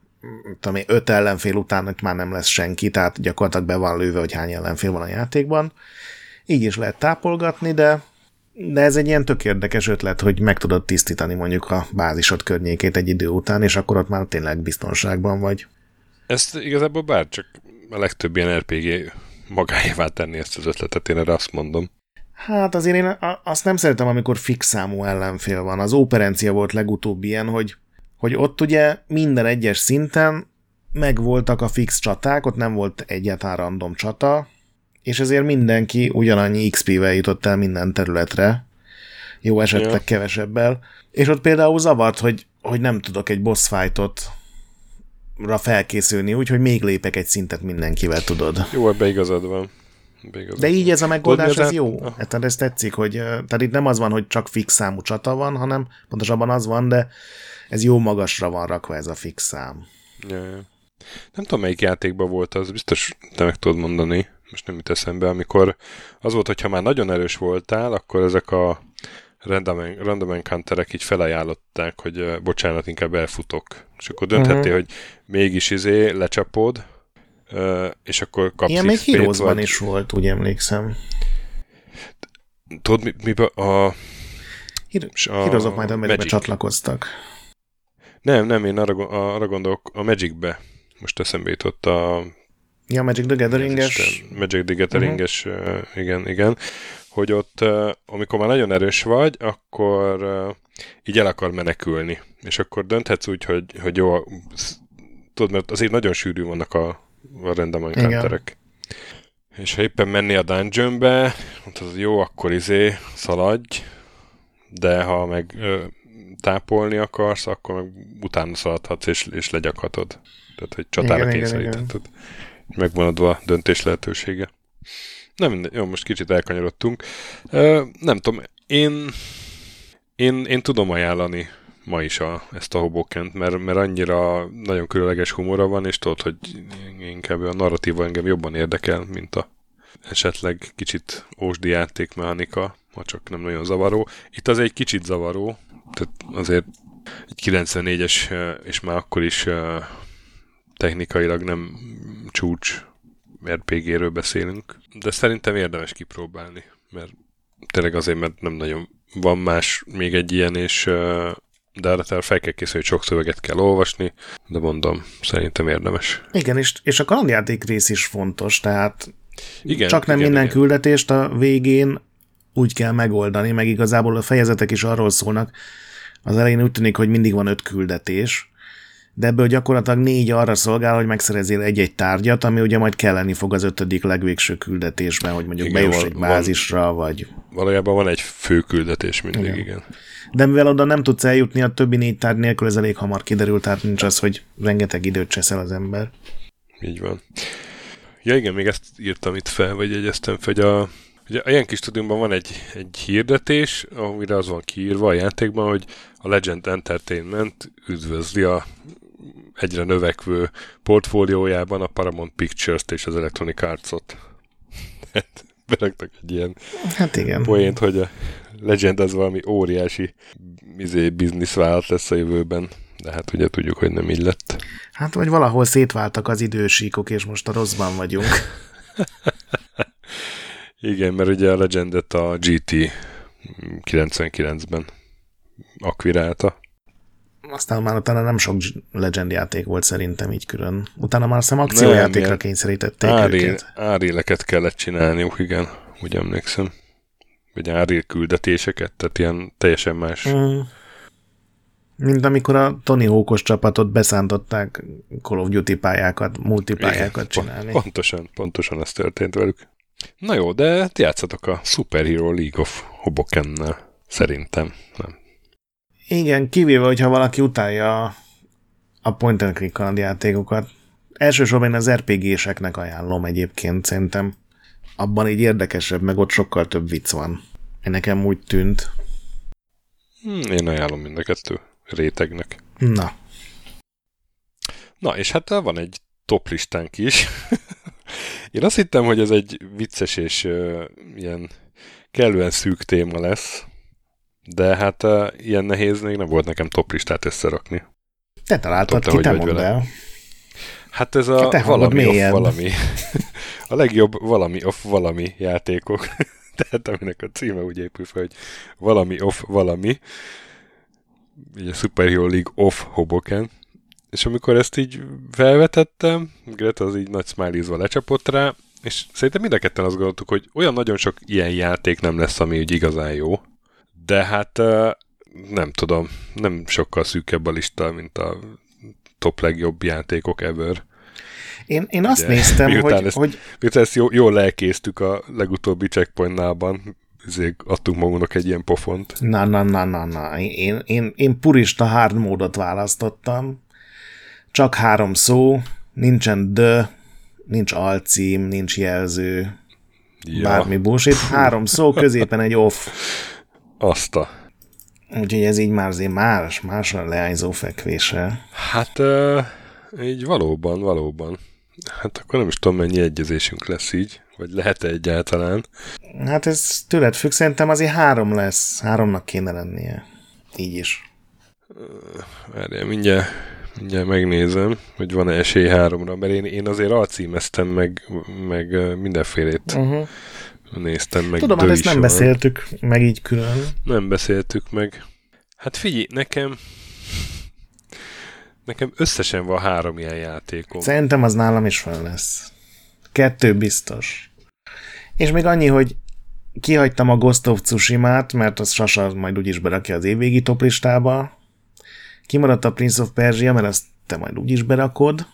5 ellenfél után itt már nem lesz senki, tehát gyakorlatilag be van lőve, hogy hány ellenfél van a játékban. Így is lehet tápolgatni, de ez egy ilyen tök érdekes ötlet, hogy meg tudod tisztítani mondjuk a bázisod környékét egy idő után, és akkor ott már tényleg biztonságban vagy. Ezt igazából bárcsak a legtöbb ilyen RPG magáévá tenni ezt az ötletet, én erre azt mondom. Hát azért én azt nem szeretem, amikor fix számú ellenfél van. Az Operencia volt legutóbb ilyen, hogy ott ugye minden egyes szinten megvoltak a fix csaták, ott nem volt egyáltalán random csata, és ezért mindenki ugyanannyi XP-vel jutott el minden területre, jó esetleg kevesebbel, és ott például zavart, hogy nem tudok egy boss fightot felkészülni, úgyhogy még lépek egy szintet mindenkivel, tudod. Jó, ebbe igazad van. De így ez a megoldás, ez jó. Tehát ez tetszik, hogy tehát itt nem az van, hogy csak fix számú csata van, hanem pontosabban az van, de ez jó magasra van rakva ez a fix szám. Ja. Nem tudom, melyik játékban volt az, biztos te meg tudod mondani, most nem jut eszembe, amikor az volt, hogyha már nagyon erős voltál, akkor ezek a random encounterek így felajánlották, hogy bocsánat, inkább elfutok. És akkor dönthettél, hogy mégis lecsapod, és akkor kapsz ilyen XP-t. Ilyen még Heroesban is volt, úgy emlékszem. Tudod, miben a Heroesok majd amelybe csatlakoztak. Nem, én arra gondolok, a Magicbe. Most eszembe jutott a... Ja, Magic the Gathering-es. Magic the Gathering-es, igen. Hogy ott, amikor már nagyon erős vagy, akkor így el akar menekülni. És akkor dönthetsz úgy, hogy jó, tudod, mert azért nagyon sűrű vannak a random encounterek. És ha éppen menni a dungeonbe, mondtad, jó, akkor szaladj, de ha meg tápolni akarsz, akkor meg utána szaladhatsz, és legyakhatod. Tehát, hogy csatára kényszerítetted. Megvan a döntés lehetősége. Nem mindegy, jó, most kicsit elkanyarodtunk. Nem tudom, én tudom ajánlani ma is ezt a Hobokent, mert annyira nagyon különleges humora van, és tudod, hogy inkább a narratíva engem jobban érdekel, mint a esetleg kicsit ósdi játékmechanika, ha csak nem nagyon zavaró. Itt az egy kicsit zavaró, tehát azért egy 94-es, és már akkor is technikailag nem csúcs RPG-ről beszélünk, de szerintem érdemes kipróbálni, mert tényleg azért, mert nem nagyon van más még egy ilyen, és de arra fel kell készülni, hogy sok szöveget kell olvasni, de mondom, szerintem érdemes. Igen, és a kalandjáték rész is fontos, tehát csak nem minden küldetést a végén úgy kell megoldani, meg igazából a fejezetek is arról szólnak, Az elején úgy tűnik, hogy mindig van 5 küldetés, de ebből gyakorlatilag 4 arra szolgál, hogy megszerezzél egy-egy tárgyat, ami ugye majd kelleni fog az 5. legvégső küldetésben, hogy mondjuk bejuss egy bázisra, vagy... Valójában van egy fő küldetés mindig, igen. De mivel oda nem tudsz eljutni a többi 4 tárgy nélkül, ez elég hamar kiderült, tehát nincs az, hogy rengeteg időt cseszel az ember. Így van. Ja igen, még ezt írtam itt fel, vagy jegyeztem fel, hogy ugye a ilyen kis stúdiumban van egy hirdetés, amire az van kiírva a játékban, hogy a Legend Entertainment üdvözli a egyre növekvő portfóliójában a Paramount Pictures-t és az Electronic Arts-ot. Beraktak egy ilyen poént, hogy a Legend az valami óriási bizniszvállalat lesz a jövőben, de hát ugye tudjuk, hogy nem így lett. Hát vagy valahol szétváltak az idősíkok, és most a rosszban vagyunk. Igen, mert ugye a Legendet a GT 99-ben akvirálta. Aztán már utána nem sok Legend játék volt szerintem így külön. Utána már szem akciójátékra kényszerítették őket. Áréleket kellett csinálniuk, igen, úgy emlékszem. Vagy árél küldetéseket, tehát ilyen teljesen más. Mint amikor a Tony Hawkos csapatot beszántották Call of Duty pályákat, multipályákat csinálni. Pontosan ez történt velük. Na jó, de játszatok a Super Hero League of Hobokennel, szerintem. Nem. Igen, kivéve, hogyha valaki utálja a point and click kalandjátékokat. Elsősorban én az RPG-seknek ajánlom egyébként, szerintem abban így érdekesebb, meg ott sokkal több vicc van. Nekem úgy tűnt. Én ajánlom mind a 2 rétegnek. Na, és hát van egy top listánk is. Én azt hittem, hogy ez egy vicces és ilyen kellően szűk téma lesz, de hát ilyen nehéz még nem volt nekem top listát összerakni. Te találtad ki, te mondd el. Hát ez a valami off valami. A legjobb valami off valami játékok. Tehát aminek a címe úgy épül fel, hogy valami off valami. Ugye Super Hero League off Hoboken. És amikor ezt így felvetettem, Greta az így nagy smiley-zva lecsapott rá, és szerintem mind a ketten azt gondoltuk, hogy olyan nagyon sok ilyen játék nem lesz, ami úgy igazán jó. De hát nem tudom, nem sokkal szűkebb a lista, mint a top legjobb játékok ever. Én azt néztem, hogy... Miután ezt jól lelkéztük a legutóbbi checkpointnában, ezért adtunk magunknak egy ilyen pofont. Na. Én purista hard módot választottam. Csak 3 szó, nincsen nincs alcím, nincs jelző, bármi bullshit. 3 szó, középen egy off. Úgyhogy ez így már azért másra leányzó fekvéssel. Hát így valóban. Hát akkor nem is tudom, mennyi egyezésünk lesz így, vagy lehet-e egyáltalán. Hát ez tőled függ, szerintem azért 3 lesz. 3-nak kéne lennie. Így is. Várjál, mindjárt megnézem, hogy van-e esély 3-ra, mert én azért alcímeztem, meg mindenfélét néztem meg. Tudom, hát ezt nem beszéltük meg így külön. Nem beszéltük meg. Hát figyelj, nekem összesen van 3 ilyen játékom. Szerintem az nálam is fel lesz. 2 biztos. És még annyi, hogy kihagytam a Ghost of Tsushima-t, mert az Sasa majd úgyis berakja az évvégi toplistába. Kimaradt a Prince of Persia, mert azt te majd úgyis berakod.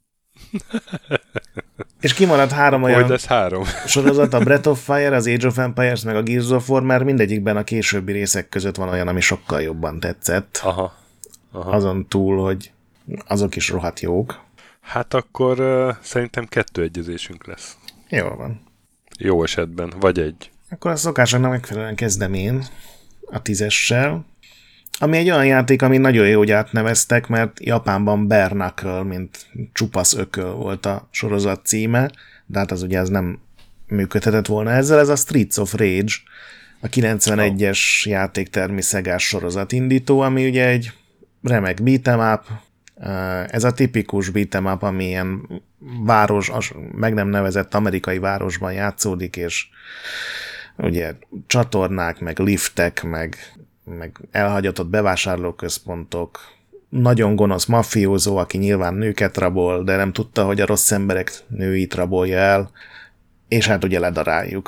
És kimaradt 3 olyan lesz 3 sorozat, a Breath of Fire, az Age of Empires, meg a Gears of War, mert mindegyikben a későbbi részek között van olyan, ami sokkal jobban tetszett. Aha. Azon túl, hogy azok is rohadt jók. Hát akkor szerintem 2 egyezésünk lesz. Jól van. Jó esetben, vagy 1. Akkor a szokásoknak megfelelően kezdem én a 10-essel, ami egy olyan játék, ami nagyon jó, hogy átneveztek, mert Japánban Bare Knuckle, mint csupasz ököl volt a sorozat címe, de hát az ugye ez nem működhetett volna ezzel, ez a Streets of Rage, a 91-es játéktermi szegás sorozat indító, ami ugye egy remek beat'em up, ez a tipikus beat'em up, ami ilyen város, meg nem nevezett amerikai városban játszódik, és ugye csatornák, meg liftek, meg elhagyatott bevásárlóközpontok, nagyon gonosz mafiózó, aki nyilván nőket rabol, de nem tudta, hogy a rossz emberek nőit rabolja el, és hát ugye ledaráljuk.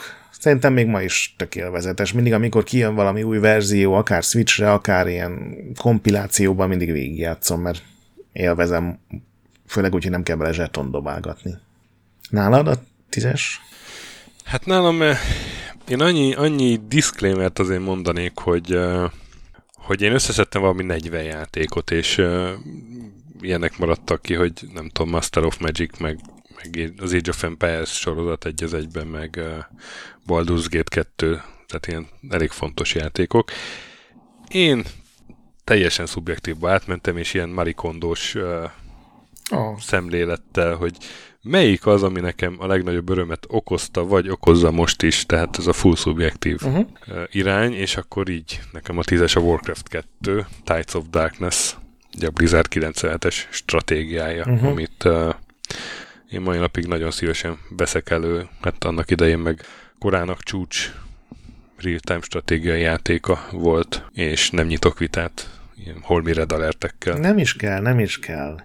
Szerintem még ma is tök élvezetes. Mindig, amikor kijön valami új verzió, akár Switchre, akár ilyen kompilációban, mindig végigjátszom, mert élvezem, főleg úgy, hogy nem kell bele zseton dobálgatni. Nálad a 10-es? Hát nálam én annyi disclaimert azért mondanék, hogy én összeszedtem valami 40 játékot, és ilyenek maradtak ki, hogy nem tudom, Master of Magic, meg az Age of Empires sorozat egy az egyben, meg Baldur's Gate 2, tehát ilyen elég fontos játékok. Én teljesen szubjektívba átmentem, és ilyen marikondós szemlélettel, hogy melyik az, ami nekem a legnagyobb örömet okozta, vagy okozza most is, tehát ez a full szubjektív irány, és akkor így nekem a 10-es a Warcraft 2, Tides of Darkness, ugye a Blizzard 97-es stratégiája, amit én mai napig nagyon szívesen veszek elő, hát annak idején meg korának csúcs real-time stratégiai játéka volt, és nem nyitok vitát ilyen holmi red alertekkel. Nem is kell.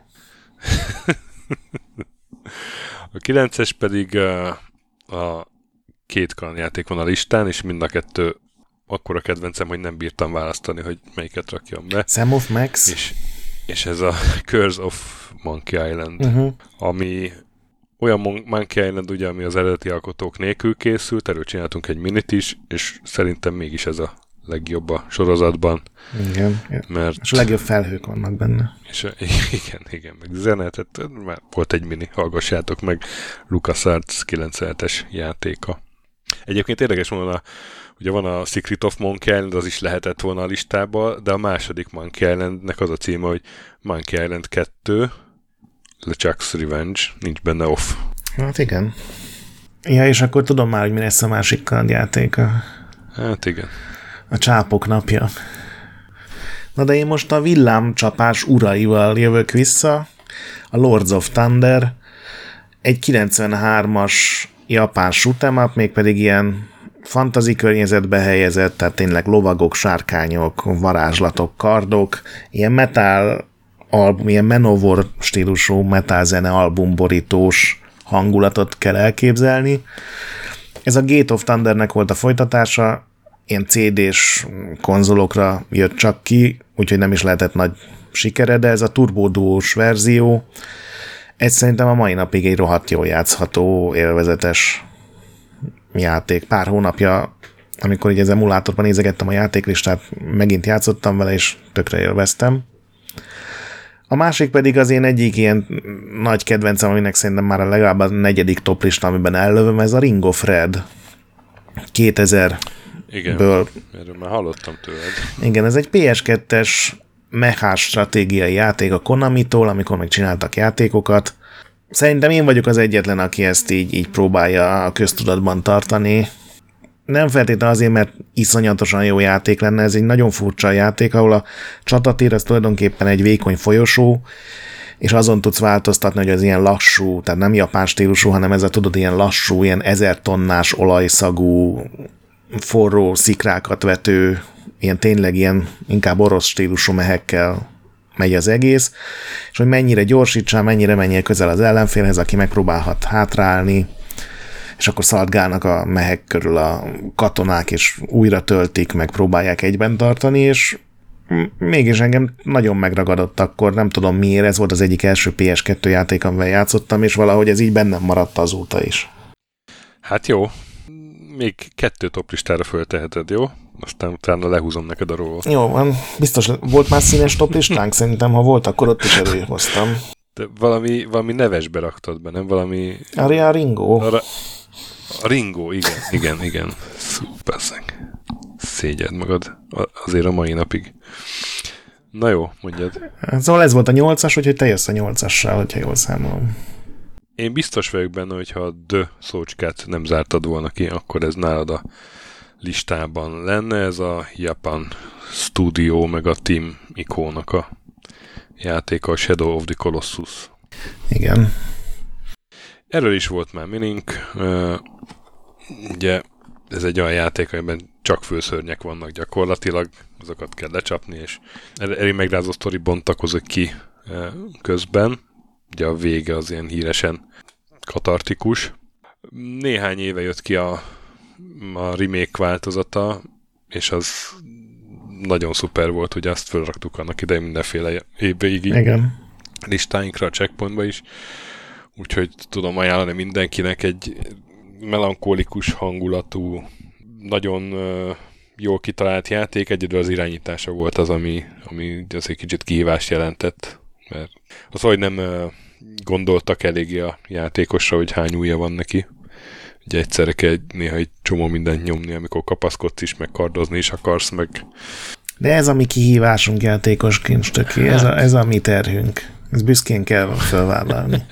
A 9-es pedig a két Klan játék van a listán, és mind a kettő akkora kedvencem, hogy nem bírtam választani, hogy melyiket rakjam be. Sam of Max. És ez a Curse of Monkey Island, ami olyan Monkey Island, ugye, ami az eredeti alkotók nélkül készült, erről csináltunk egy minit is, és szerintem mégis ez a legjobb a sorozatban. Igen. Mert... És a legjobb felhők vannak benne. És igen, meg zene, tehát már volt egy mini, hallgassátok meg, LucasArts 97-es játéka. Egyébként érdekes volna, ugye van a Secret of Monkey Island, az is lehetett volna a listába, de a második Monkey Islandnek az a címe, hogy Monkey Island 2, LeChuck's Revenge, nincs benne off. Hát igen. Ja, és akkor tudom már, hogy mi lesz a másik kalandjátéka. Hát igen. A Csápok napja. Na de én most a villámcsapás uraival jövök vissza. A Lords of Thunder. Egy 93-as japán shoot'em up, mégpedig ilyen fantasy környezetbe helyezett, tehát tényleg lovagok, sárkányok, varázslatok, kardok, ilyen metal album, ilyen Manowar stílusú metal zene albumborítós hangulatot kell elképzelni. Ez a Gate of Thundernek volt a folytatása, ilyen CD-s konzolokra jött csak ki, úgyhogy nem is lehetett nagy sikere, de ez a turbódús verzió, ez szerintem a mai napig egy rohadt jól játszható, élvezetes játék. Pár hónapja, amikor így az emulátorban nézegettem a játéklistát, megint játszottam vele, és tökre élveztem. A másik pedig az én egyik ilyen nagy kedvencem, aminek szerintem már legalább a 4. toplista, amiben ellövöm, ez a Ring of Red 2000-ből. Igen, erről már hallottam tőled. Igen, ez egy PS2-es mechás stratégiai játék a Konamitól, amikor meg csináltak játékokat. Szerintem én vagyok az egyetlen, aki ezt így próbálja a köztudatban tartani. Nem feltétlenül azért, mert iszonyatosan jó játék lenne, ez egy nagyon furcsa játék, ahol a csatatér az tulajdonképpen egy vékony folyosó, és azon tudsz változtatni, hogy az ilyen lassú, tehát nem japán stílusú, hanem ez a tudod, ilyen lassú, ilyen 1000 tonnás olajszagú, forró szikrákat vető, ilyen tényleg ilyen inkább orosz stílusú mehekkel megy az egész, és hogy mennyire gyorsítsál, mennyire menjél közel az ellenfélhez, aki megpróbálhat hátrálni, és akkor szaladgálnak a mehek körül a katonák, és újra töltik, meg próbálják egyben tartani, és mégis engem nagyon megragadott akkor, nem tudom miért, ez volt az egyik első PS2 játék, amivel játszottam, és valahogy ez így bennem maradt azóta is. Hát jó, még 2 toplistára fölteheted, jó? Aztán utána lehúzom neked a róla. Jó, van. Biztos volt már színes toplistánk, szerintem, ha volt, akkor ott is előhoztam. De valami nevesbe raktad be, nem? Valami... A Ringo. A Ringo, igen. Szuper, szégyed magad azért a mai napig. Na jó, mondjad. Szóval ez volt a 8-as, úgyhogy te jössz a 8-assal, hogyha jól számolom. Én biztos vagyok benne, hogyha a The szócskát nem zártad volna ki, akkor ez nálad a listában lenne. Ez a Japan Studio meg a Team Ico-nak a játéka, a Shadow of the Colossus. Igen. Erről is volt már minink. Ugye ez egy olyan játék, amiben csak főszörnyek vannak gyakorlatilag, azokat kell lecsapni, és elég megrázó sztori bontakozik ki közben. Ugye a vége az ilyen híresen katartikus. Néhány éve jött ki a a remake változata, és az nagyon szuper volt, hogy azt felraktuk annak idején mindenféle évvégi listáinkra, a Checkpointba is. Úgyhogy tudom ajánlani mindenkinek egy melankolikus hangulatú, nagyon jól kitalált játék, egyedül az irányítása volt az, ami azért kicsit kihívást jelentett. Mert az, hogy nem gondoltak eléggé a játékosra, hogy hány ujja van neki. Ugye egyszerre kell néha egy csomó mindent nyomni, amikor kapaszkodsz is, meg kardozni is akarsz, meg... De ez a mi kihívásunk játékosként, Stöki, ez a mi terhünk. Ezt büszkén kell felvállalni.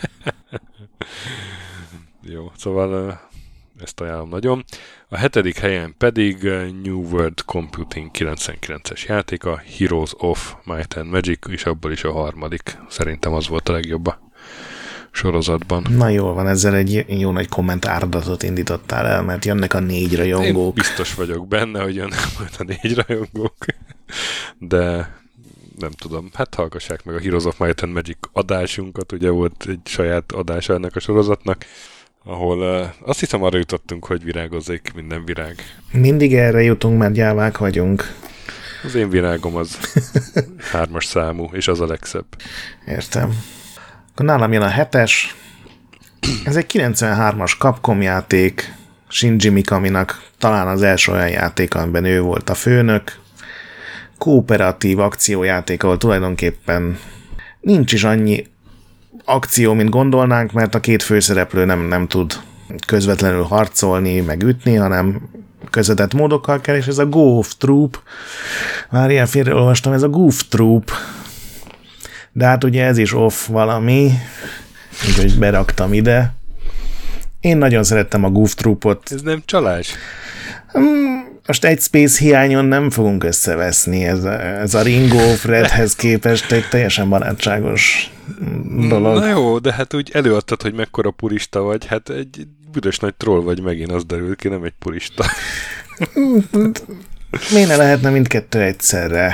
Jó, szóval ezt ajánlom nagyon. A 7. helyen pedig New World Computing 99-es játék, a Heroes of Might and Magic, és abból is a 3. Szerintem az volt a legjobb a sorozatban. Na jól van, ezzel egy jó nagy komment áradatot indítottál el, mert jönnek a 4 rajongók. Én biztos vagyok benne, hogy jönnek majd a 4 rajongók, de nem tudom, hát hallgassák meg a Heroes of Might and Magic adásunkat, ugye volt egy saját adása ennek a sorozatnak, ahol azt hiszem arra jutottunk, hogy virágozzék minden virág. Mindig erre jutunk, mert gyávák vagyunk. Az én virágom az 3. számú, és az a legszebb. Értem. Akkor nálam jön a 7. Ez egy 93-as Capcom játék, Shinji Mikaminak talán az első olyan játék, amiben ő volt a főnök. Kooperatív akciójáték, ahol tulajdonképpen nincs is annyi akció, mint gondolnánk, mert a 2 főszereplő nem tud közvetlenül harcolni, meg ütni, hanem közvetett módokkal kell, és ez a Goof Troop, már ilyen félreolvastam, ez a Goof Troop, de hát ugye ez is off valami, úgyhogy beraktam ide. Én nagyon szerettem a Goof Troopot. Ez nem csalás? Most egy space hiányon nem fogunk összeveszni, ez a Ring of Redhez képest egy teljesen barátságos dolog. Na jó, de hát úgy előadtad, hogy mekkora purista vagy, hát egy büdös nagy troll vagy megint, az derül ki, nem egy purista. Miért ne lehetne mindkettő egyszerre?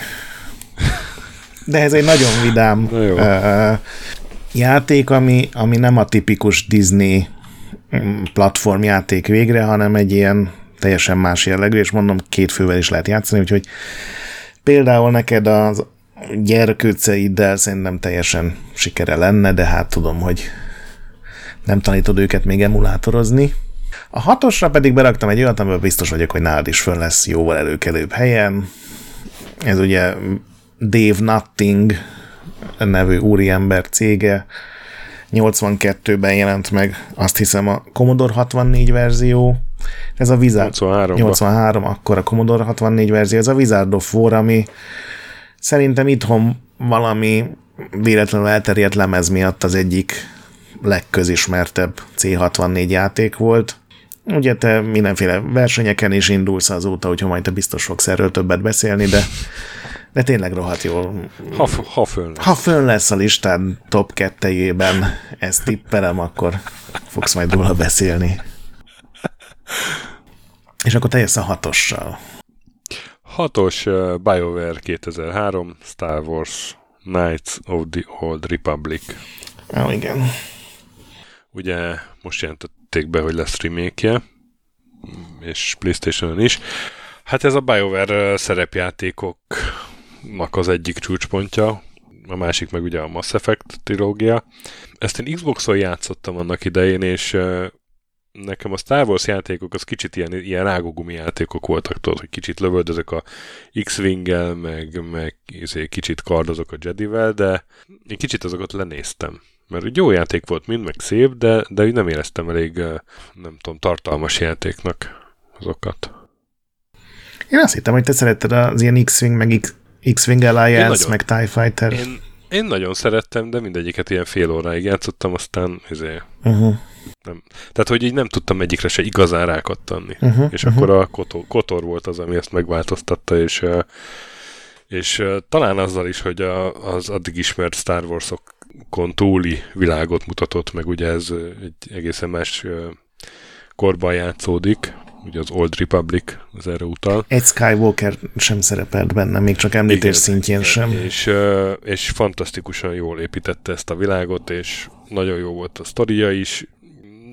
De ez egy nagyon vidám játék, ami nem a tipikus Disney platformjáték végre, hanem egy ilyen teljesen más jellegű, és mondom, 2 fővel is lehet játszani, úgyhogy például neked az gyerkőceiddel szerintem teljesen sikere lenne, de hát tudom, hogy nem tanítod őket még emulátorozni. A 6-osra pedig beraktam egy olyat, amiben biztos vagyok, hogy nálad is fönn lesz jóval előkelőbb helyen. Ez ugye Dave Nutting nevű úriember cége. 82-ben jelent meg, azt hiszem, a Commodore 64 verzió. Ez a Wizard... 83, akkor a Commodore 64 verzió. Ez a Wizard of War, ami szerintem itthon valami véletlenül elterjedt lemez miatt az egyik legközismertebb C64 játék volt. Ugye te mindenféle versenyeken is indulsz azóta, úgyhogy majd te biztos fogsz erről többet beszélni, de tényleg rohadt jól. Ha fönn lesz a listád top 2-jében, ezt tippelem, akkor fogsz majd róla beszélni. És akkor te jössz a 6-ossal. 6-os BioWare 2003, Star Wars Knights of the Old Republic. Igen. Ugye most jelentették be, hogy lesz remake-je, és PlayStation-on is. Hát ez a BioWare szerepjátékoknak az egyik csúcspontja, a másik meg ugye a Mass Effect trilógia. Ezt én Xboxon játszottam annak idején, és nekem a Star Wars játékok az kicsit ilyen rágógumi játékok voltak, tudod, hogy kicsit lövöldözök a X-Wing-el, meg kicsit kardozok a Jedivel, de én kicsit azokat lenéztem. Mert jó játék volt mind, meg szép, de úgy nem éreztem elég, nem tudom, tartalmas játéknak azokat. Én azt hittem, hogy te szeretted az ilyen X-Wing, meg X-Wing Alliance, meg TIE Fighter. Én nagyon szerettem, de mindegyiket ilyen fél óráig játszottam, aztán nem. Tehát, hogy így nem tudtam egyikre se igazán rákattanni. És akkor a KOTOR volt az, ami ezt megváltoztatta, és talán azzal is, hogy az addig ismert Star Wars-okon túli világot mutatott, meg ugye ez egy egészen más korban játszódik, ugye az Old Republic az erre utal. Egy Skywalker sem szerepelt benne, még csak említés szintjén sem. És fantasztikusan jól építette ezt a világot, és nagyon jó volt a sztoria is.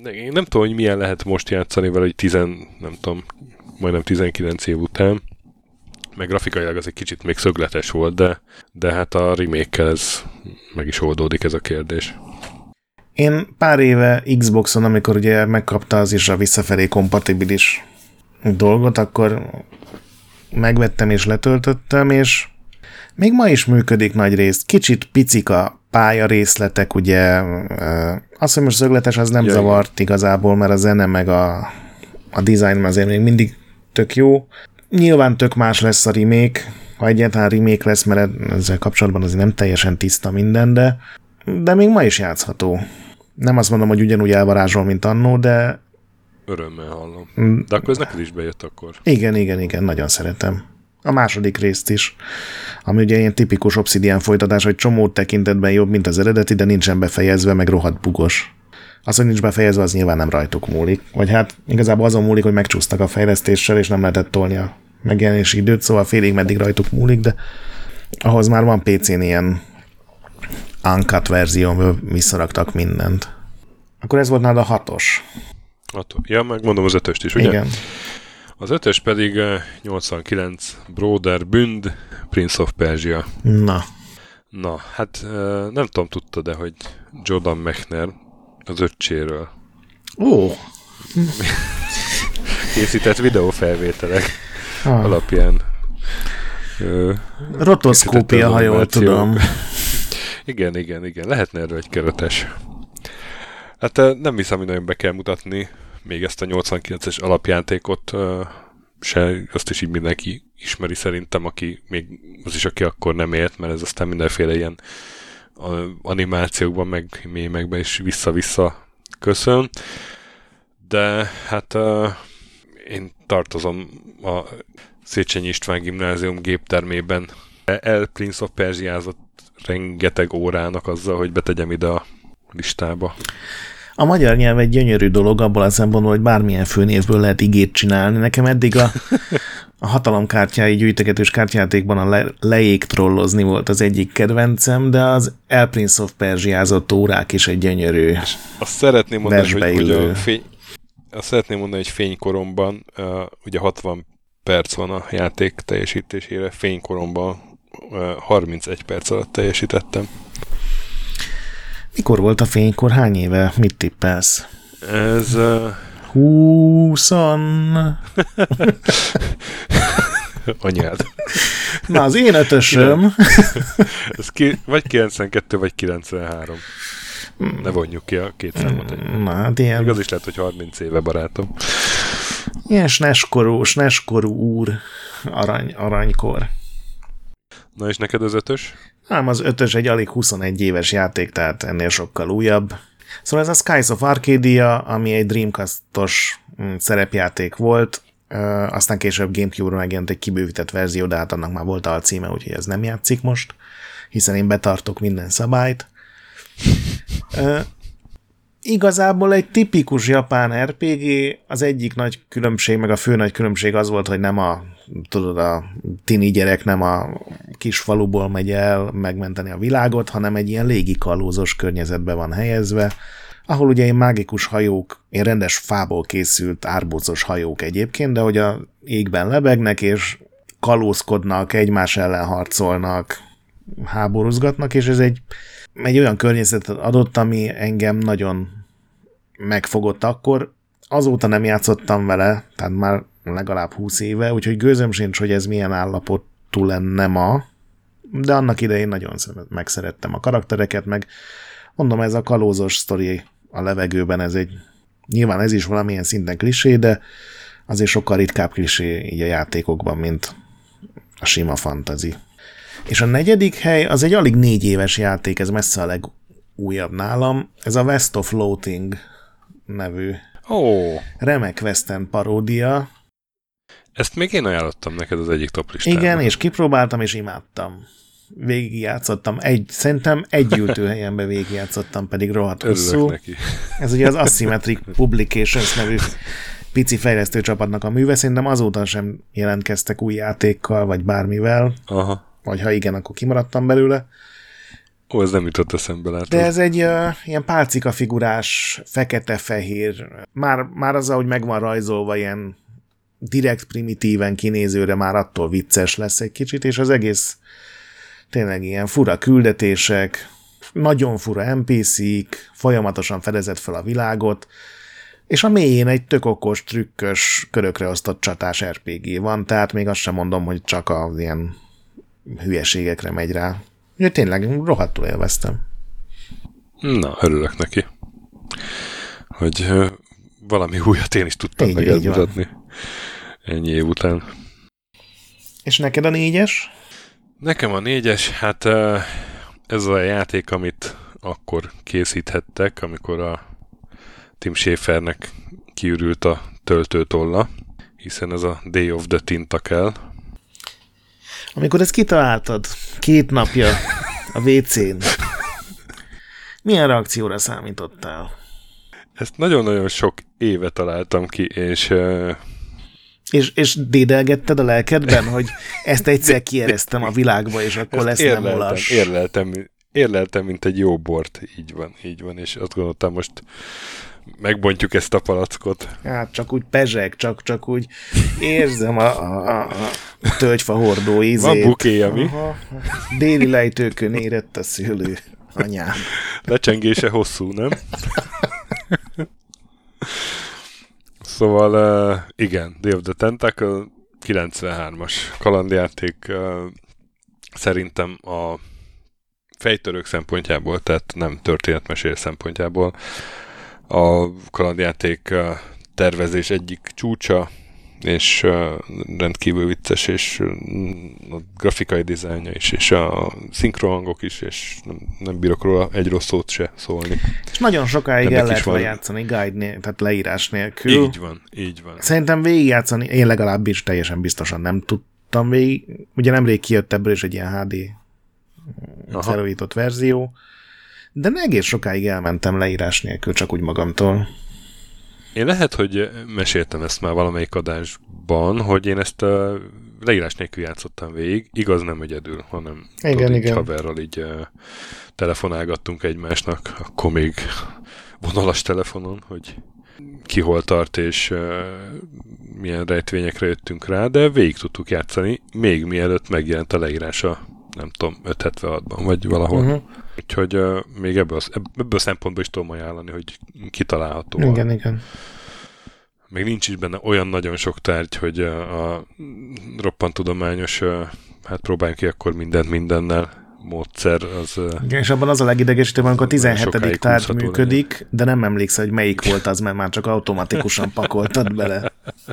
én nem tudom, hogy milyen lehet most játszani vele, hogy nem tudom, majdnem 19 év után. Meg grafikailag az egy kicsit még szögletes volt, de hát a remake-kel ez meg is oldódik ez a kérdés. Én pár éve Xboxon, amikor ugye megkapta az is a visszafelé kompatibilis dolgot, akkor megvettem és letöltöttem, és még ma is működik nagy részt. Kicsit picik a pálya részletek, ugye az, hogy most szögletes, az nem zavart igazából, mert a zene meg a design azért még mindig tök jó. Nyilván tök más lesz a remake, ha egyáltalán remake lesz, mert ezzel kapcsolatban azért nem teljesen tiszta minden, de még ma is játszható. Nem azt mondom, hogy ugyanúgy elvarázsol, mint annó, de... Örömmel hallom. De akkor ez neked is bejött akkor. Igen, nagyon szeretem. A második részt is, ami ugye ilyen tipikus Obsidian folytatás, hogy csomó tekintetben jobb, mint az eredeti, de nincsen befejezve, meg rohadt bugos. Az, hogy nincs befejezve, az nyilván nem rajtuk múlik. Vagy hát igazából azon múlik, hogy megcsúsztak a fejlesztéssel, és nem lehetett tolni a megjelenési időt, szóval félig meddig rajtuk múlik, de ahhoz már van PC-n ilyen uncut verzió, amivel visszaraktak mindent. Akkor ez volt nálad a 6-os. Ja, megmondom az 5-öst is, ugye? Igen. Az 5-ös pedig 89 Broderbund, Prince of Persia. Na, hát nem tudom, tudta, de hogy Jordan Mechner az öccséről készített videófelvételek alapján. Rotoszkópia, ha jól tudom. Igen. Lehetne erről egy keretes. Hát nem hiszem, hogy nagyon be kell mutatni még ezt a 89-es alapjátékot, azt is így mindenki ismeri szerintem, aki még az is, aki akkor nem élt, mert ez aztán mindenféle ilyen animációkban, meg mémekben is vissza-vissza köszön. De hát én tartozom a Széchenyi István Gimnázium géptermében. Prince of Persiázott rengeteg órának azzal, hogy betegyem ide a listába. A magyar nyelv egy gyönyörű dolog abból a szempontból, hogy bármilyen főnévből lehet igét csinálni. Nekem eddig a hatalomkártyái gyűjtegetős kártyajátékban a leég trollozni volt az egyik kedvencem, de az Prince of Persiázott órák is egy gyönyörű azt szeretném mondani, hogy fénykoromban ugye 60 perc van a játék teljesítésére, fénykoromban 31 perc alatt teljesítettem. Mikor volt a fénykor? Hány éve? Mit tippelsz? Ez... 20... Anyád. Na, az én ötösöm... Ez vagy 92, vagy 93. Ne vonjuk ki a két számot. Na, hát ilyen... Még az is lehet, hogy 30 éve, barátom. Ilyen SNES-korú úr aranykor. Na és neked az 5-ös? Nem, az 5-ös egy alig 21 éves játék, tehát ennél sokkal újabb. Szóval ez a Skies of Arcadia, ami egy Dreamcast-os szerepjáték volt, aztán később GameCube-ra megjelent egy kibővített verzió, de hát annak már volt alcíme, úgyhogy ez nem játszik most, hiszen én betartok minden szabályt. Igazából egy tipikus japán RPG, az egyik nagy különbség, meg a fő nagy különbség az volt, hogy nem a tini gyerek nem a kis faluból megy el megmenteni a világot, hanem egy ilyen légikalózos környezetben van helyezve, ahol ugye mágikus hajók, rendes fából készült árbócos hajók egyébként, de hogy a égben lebegnek, és kalózkodnak, egymás ellen harcolnak, háborúzgatnak, és ez egy olyan környezetet adott, ami engem nagyon megfogott akkor. Azóta nem játszottam vele, tehát már legalább 20 éve, úgyhogy gőzöm sincs, hogy ez milyen állapotú lenne ma, de annak idején nagyon megszerettem a karaktereket, meg mondom, ez a kalózos sztori a levegőben, nyilván ez is valamilyen szinten klisé, de azért sokkal ritkább klisé így a játékokban, mint a sima fantasy. És a negyedik hely, az egy alig 4 éves játék, ez messze a legújabb nálam, ez a West of Floating nevű remek western paródia. Ezt még én ajánlottam neked az egyik top listában. Igen, és kipróbáltam, és imádtam. Végigjátszottam, szerintem egy ültőhelyenben végigjátszottam, pedig rohadt hosszú. Neki. Ez ugye az Asymmetric Publications nevű pici fejlesztő csapatnak a műve, szerintem azóta sem jelentkeztek új játékkal, vagy bármivel. Aha. Vagy ha igen, akkor kimaradtam belőle. Ó, ez nem jutott eszembe, látod. De ez egy ilyen pálcika figurás, fekete-fehér, már az, ahogy meg van rajzolva, ilyen direkt primitíven kinézőre már attól vicces lesz egy kicsit, és az egész tényleg ilyen fura küldetések, nagyon fura NPC-k, folyamatosan fedezett fel a világot, és a mélyén egy tök okos, trükkös, körökre osztott csatás RPG van, tehát még azt sem mondom, hogy csak az ilyen hülyeségekre megy rá. Úgyhogy tényleg rohadtul élveztem. Na, örülök neki, hogy valami újat én is tudtam megmutatni ennyi év után. És neked a 4-es? Nekem a 4-es, hát ez a játék, amit akkor készíthettek, amikor a Tim Schafernek kiürült a töltőtolla, hiszen ez a Day of the Tentacle. Amikor ezt kitaláltad 2 napja a WC-n, milyen reakcióra számítottál? Ezt nagyon-nagyon sok éve találtam ki, és dédelgetted a lelkedben, hogy ezt egyszer kieresztem a világba, és akkor lesz nem olas. Érleltem, mint egy jó bort. Így van, és azt gondoltam, most megbontjuk ezt a palackot. Hát csak úgy pezseg, csak úgy érzem a tölgyfa hordó ízét. Van bukéja, mi? Déli lejtőkön érett a szülő anyám. Lecsengése hosszú, nem? Szóval igen, Day of the Tentacle 93-as kalandjáték, szerintem a fejtörők szempontjából, tehát nem történetmesélés szempontjából a kalandjáték tervezés egyik csúcsa, és rendkívül vicces, és a grafikai dizájnja is, és a szinkrohangok is, és nem bírok róla egy rossz szót se szólni. És nagyon sokáig el lehet lejátszani guide tehát leírás nélkül. Így van. Szerintem végigjátszani, én legalábbis teljesen biztosan nem tudtam végig. Ugye nemrég kijött ebből is egy ilyen HD felújított verzió, de egész sokáig elmentem leírás nélkül, csak úgy magamtól. Én lehet, hogy meséltem ezt már valamelyik adásban, hogy én ezt leírás nélkül játszottam végig. Igaz, nem egyedül, hanem igen. haverral így telefonálgattunk egymásnak, akkor még vonalas telefonon, hogy ki hol tart, és milyen rejtvényekre jöttünk rá, de végig tudtuk játszani, még mielőtt megjelent a leírása, nem tudom, 576-ban, vagy valahol. Úgyhogy még ebből a szempontból is tudom ajánlani, hogy kitalálható. Igen. Még nincs is benne olyan nagyon sok tárgy, hogy a roppant tudományos, hát próbáljunk ki akkor mindent mindennel módszer. Az, igen, és abban az a legidegesítőbb, amikor a 17. tárgy működik, legyen. De nem emlékszel, hogy melyik volt az, mert már csak automatikusan pakoltad bele.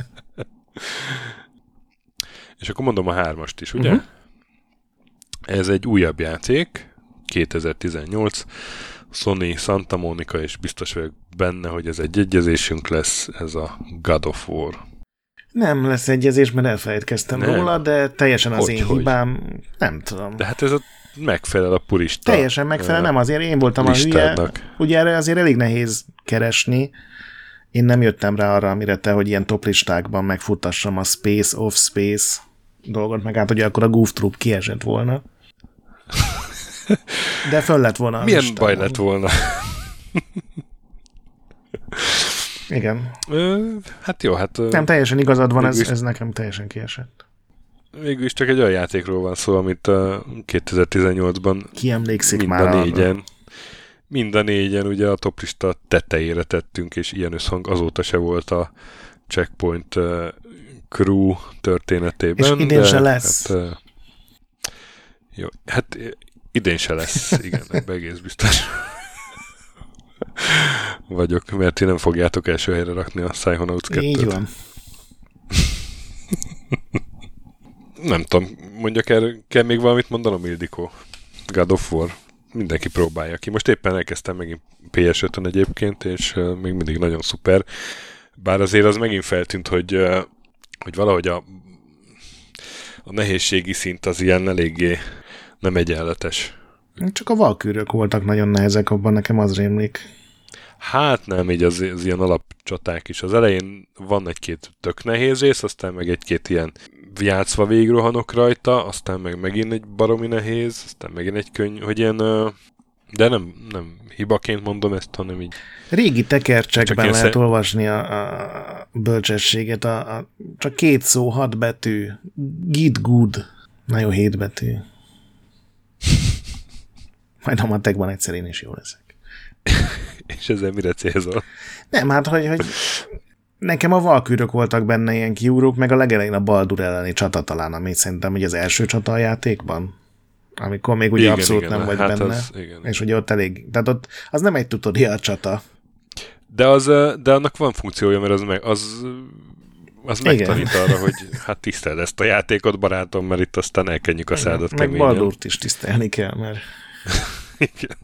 És akkor mondom a 3-ast is, ugye? Ez egy újabb játék, 2018, Sony Santa Monica, és biztos vagyok benne, hogy ez egy egyezésünk lesz, ez a God of War. Nem lesz egyezés, mert elfelejtkeztem róla, de teljesen az én hibám, nem tudom. De hát ez megfelel a purista. Teljesen megfelel, nem azért én voltam listádnak. A hülye. Ugye erre azért elég nehéz keresni. Én nem jöttem rá arra, amire te, hogy ilyen toplistákban megfutassam a Space of Space dolgot, meg hát ugye akkor a Goof Troop kiesett volna. De föl lett volna. Milyen baj lett volna? Igen. Hát jó, hát... Nem, teljesen igazad van, ez nekem teljesen kiesett. Végül is csak egy olyan játékról van szó, amit 2018-ban ki emlékszik már arra? Mind a négyen ugye a toplista tetejére tettünk, és ilyen összhang azóta se volt a Checkpoint Crew történetében. És idén se lesz. Hát, jó, hát idén se lesz, igen, ebben egész biztos vagyok, mert ti nem fogjátok első helyre rakni a Psychonauts 2-t. Így van. Nem tudom, mondjak el, kell még valamit mondanom, Ildikó? God of War. Mindenki próbálja ki. Most éppen elkezdtem megint PS5-ön egyébként, és még mindig nagyon szuper. Bár azért az megint feltűnt, hogy valahogy a nehézségi szint az ilyen eléggé nem egyenletes. Csak a valkűrök voltak nagyon nehezek, abban nekem az rémlik. Hát nem, így az ilyen alapcsaták is. Az elején van egy-két tök nehéz rész, aztán meg egy-két ilyen játszva végigrohanok rajta, aztán megint egy baromi nehéz, aztán megint egy könnyű, hogy ilyen, de nem hibaként mondom ezt, hanem így. Régi tekercsekben lehet olvasni a bölcsességet, csak 2 szó, 6 betű, git good, nagyon 7 betű. Majd a matekban egyszer én is jó leszek. És ezzel mire célzol? Nem, hát, hogy nekem a valkűrök voltak benne ilyen kiugrók, meg a legelején a Baldur elleni csata talán, ami szerintem hogy az első csata a játékban, amikor még ugye igen, abszolút igen, nem vagy hát benne, és ugye ott elég, tehát ott az nem egy tutorial csata. De annak van funkciója, mert az megtanít arra, hogy hát tiszteld ezt a játékot, barátom, mert itt aztán elkenjük a szádat keményen. Meg Baldurt is tisztelni kell, mert... Igen.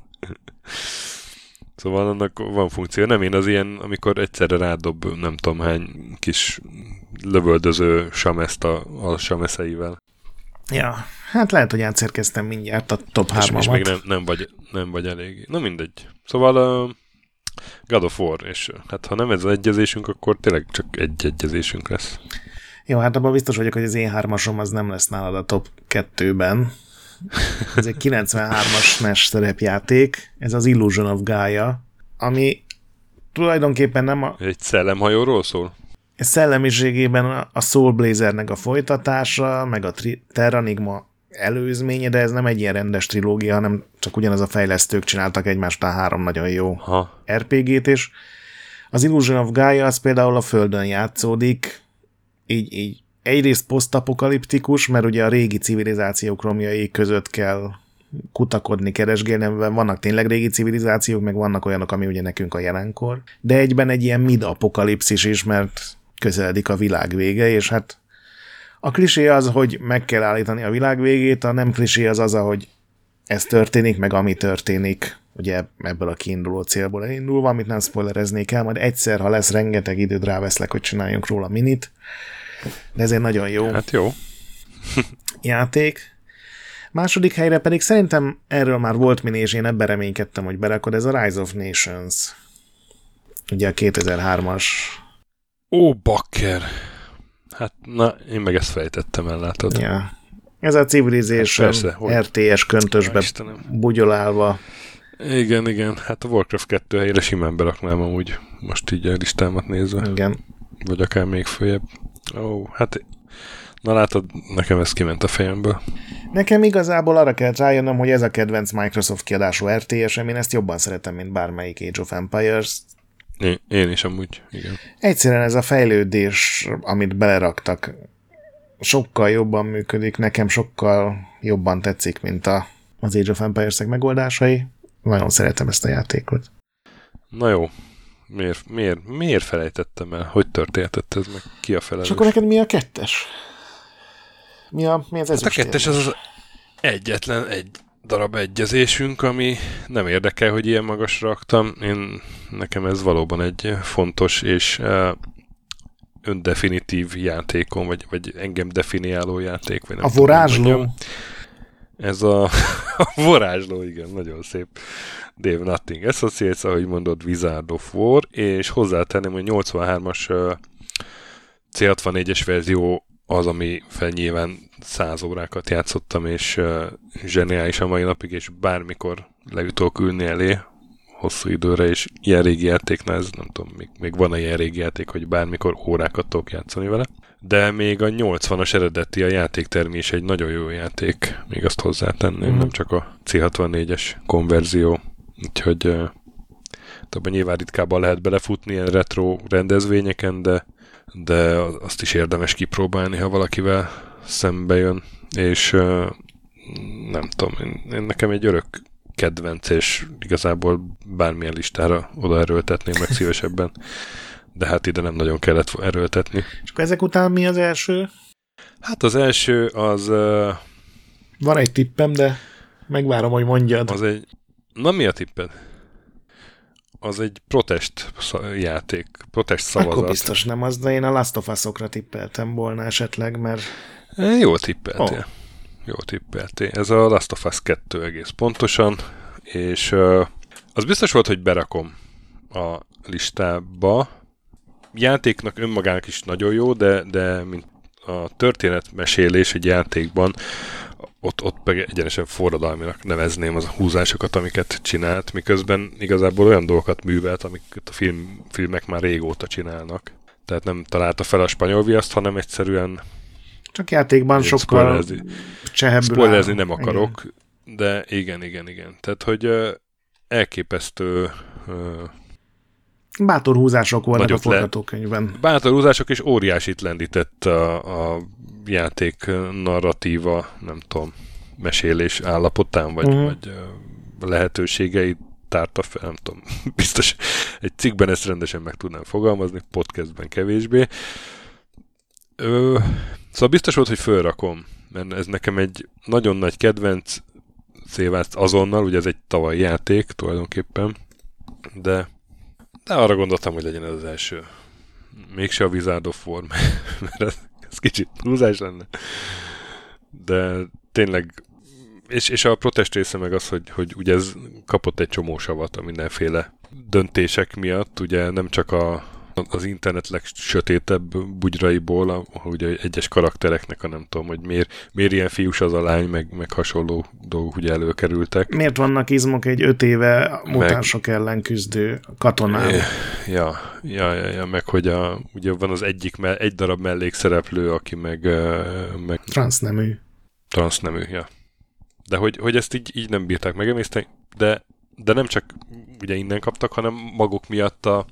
Szóval annak van funkció. Nem én az ilyen, amikor egyszerre rádob nem tudom hány kis lövöldöző sameszt a sameszeivel. Ja, hát lehet, hogy átszerkeztem mindjárt a top 3-amat. És még nem vagy elég. Na mindegy. Szóval God of War, és hát ha nem ez az egyezésünk, akkor tényleg csak egy egyezésünk lesz. Jó, hát abban biztos vagyok, hogy az én 3-asom az nem lesz nálad a top 2-ben. Ez egy 93-as NES szerepjáték, ez az Illusion of Gaia, ami tulajdonképpen nem a... Egy szellemhajóról szól? Ez szellemiségében a Soul Blazernek a folytatása, meg a Terranigma előzménye, de ez nem egy ilyen rendes trilógia, hanem csak ugyanaz a fejlesztők csináltak egymásnál 3 nagyon jó RPG-t, és az Illusion of Gaia az például a Földön játszódik, így egyrészt posztapokaliptikus, mert ugye a régi civilizációk romjai között kell kutakodni, keresgélni, vannak tényleg régi civilizációk, meg vannak olyanok, ami ugye nekünk a jelenkor, de egyben egy ilyen mid-apokalipszis is, mert közeledik a világ vége, és hát a klisé az, hogy meg kell állítani a világ végét, a nem klisé az, hogy ez történik, meg ami történik, ugye ebből a kiinduló célból elindulva, amit nem spoilereznék el, majd egyszer, ha lesz rengeteg időd, ráveszlek, hogy csináljunk róla minit, de ez egy nagyon jó, hát jó. játék. Második helyre pedig szerintem erről már volt mini, és én ebben reménykedtem, hogy berakod, ez a Rise of Nations. Ugye a 2003-as. Ó, bakker! Hát, na, én meg ezt fejtettem el, látod. Ja. Ez a Civilization hát RTS köntösbe bugyolálva. Igen. Hát a Warcraft 2 helyére simán beraknám amúgy, most így a listámat nézve. Igen. Vagy akár még följebb. Ó, hát na látod, nekem ez kiment a fejemből. Nekem igazából arra kellett rájönnöm, hogy ez a kedvenc Microsoft kiadású RTS-em, én ezt jobban szeretem, mint bármelyik Age of Empires. Én is amúgy, igen. Egyszerűen ez a fejlődés, amit beleraktak, sokkal jobban működik, nekem sokkal jobban tetszik, mint az Age of Empires-ek megoldásai. Nagyon szeretem ezt a játékot. Na jó. Miért felejtettem el? Hogy történtett ez meg? Ki a felelős? És akkor neked mi a 2-es? Mi az hát a 2-es az egyetlen egy darab egyezésünk, ami nem érdekel, hogy ilyen magasra raktam. Nekem ez valóban egy fontos és öndefinitív játékom, vagy engem definiáló játék. Vagy nem a vorázsló? Ez a vorázsló, igen, nagyon szép. Dave Nothing Associates, ahogy mondod, Wizard of War, és hozzátenném, hogy 83-as C64-es verzió az, ami nyilván 100 órákat játszottam, és zseniális a mai napig, és bármikor lejutok ülni elé hosszú időre, és ilyen régi játéknál, ez nem tudom, még van ilyen régi játék, hogy bármikor órákat tudok játszani vele. De még a 80-as eredeti, a játéktermi egy nagyon jó játék, még azt hozzátenném, nem csak a C64-es konverzió. Úgyhogy abban nyilván ritkábban lehet belefutni ilyen retro rendezvényeken, de azt is érdemes kipróbálni, ha valakivel szembe jön. És nem tudom, nekem egy örök kedvenc, és igazából bármilyen listára odaerőltetném meg szívesebben. De hát ide nem nagyon kellett erőltetni. És akkor ezek után mi az első? Hát az első az... Van egy tippem, de megvárom, hogy mondjad. Az egy... Na mi a tipped? Az egy protest játék, protest szavazat. Akkor biztos nem az, de én a Last of Us-okra tippeltem volna esetleg, mert... Jól tippeltél. Oh. Jól tippeltél. Ez a Last of Us 2 egész pontosan, és az biztos volt, hogy berakom a listába. Játéknak önmagának is nagyon jó, de mint a történetmesélés egy játékban, ott meg egyenesen forradalminak nevezném az a húzásokat, amiket csinált, miközben igazából olyan dolgokat művelt, amiket a filmek már régóta csinálnak. Tehát nem találta fel a spanyol viaszt, hanem egyszerűen csak játékban sokkal csehebbül spoilerezni nem akarok, igen. De igen. Tehát, hogy elképesztő bátor húzások voltak a forgatókönyvben. Bátor húzások, és óriásit lendített a játék narratíva, nem tudom, mesélés állapotán, vagy lehetőségeit tárta fel, nem tudom. Biztos egy cikkben ezt rendesen meg tudnám fogalmazni, podcastben kevésbé. Szóval biztos volt, hogy fölrakom, mert ez nekem egy nagyon nagy kedvenc szévázt azonnal, ugye ez egy tavalyi játék tulajdonképpen, de arra gondoltam, hogy legyen ez az első. Mégse a Wizard of War, mert ez kicsit túlzás lenne. De tényleg, és a protest része meg az, hogy ugye ez kapott egy csomó savat a mindenféle döntések miatt, ugye nem csak az internet legsötétebb bugyraiból, ahol ugye egyes karaktereknek, nem tudom, hogy miért ilyen fiús az a lány, meg hasonló dolgok ugye előkerültek. Miért vannak izmok egy 5 éve mutánsok ellen küzdő katonán? Ja, meg hogy ugye van az egy darab mellékszereplő, aki meg transznemű, ja. De hogy ezt így nem bírták megemészteni, de nem csak ugye innen kaptak, hanem maguk miatt a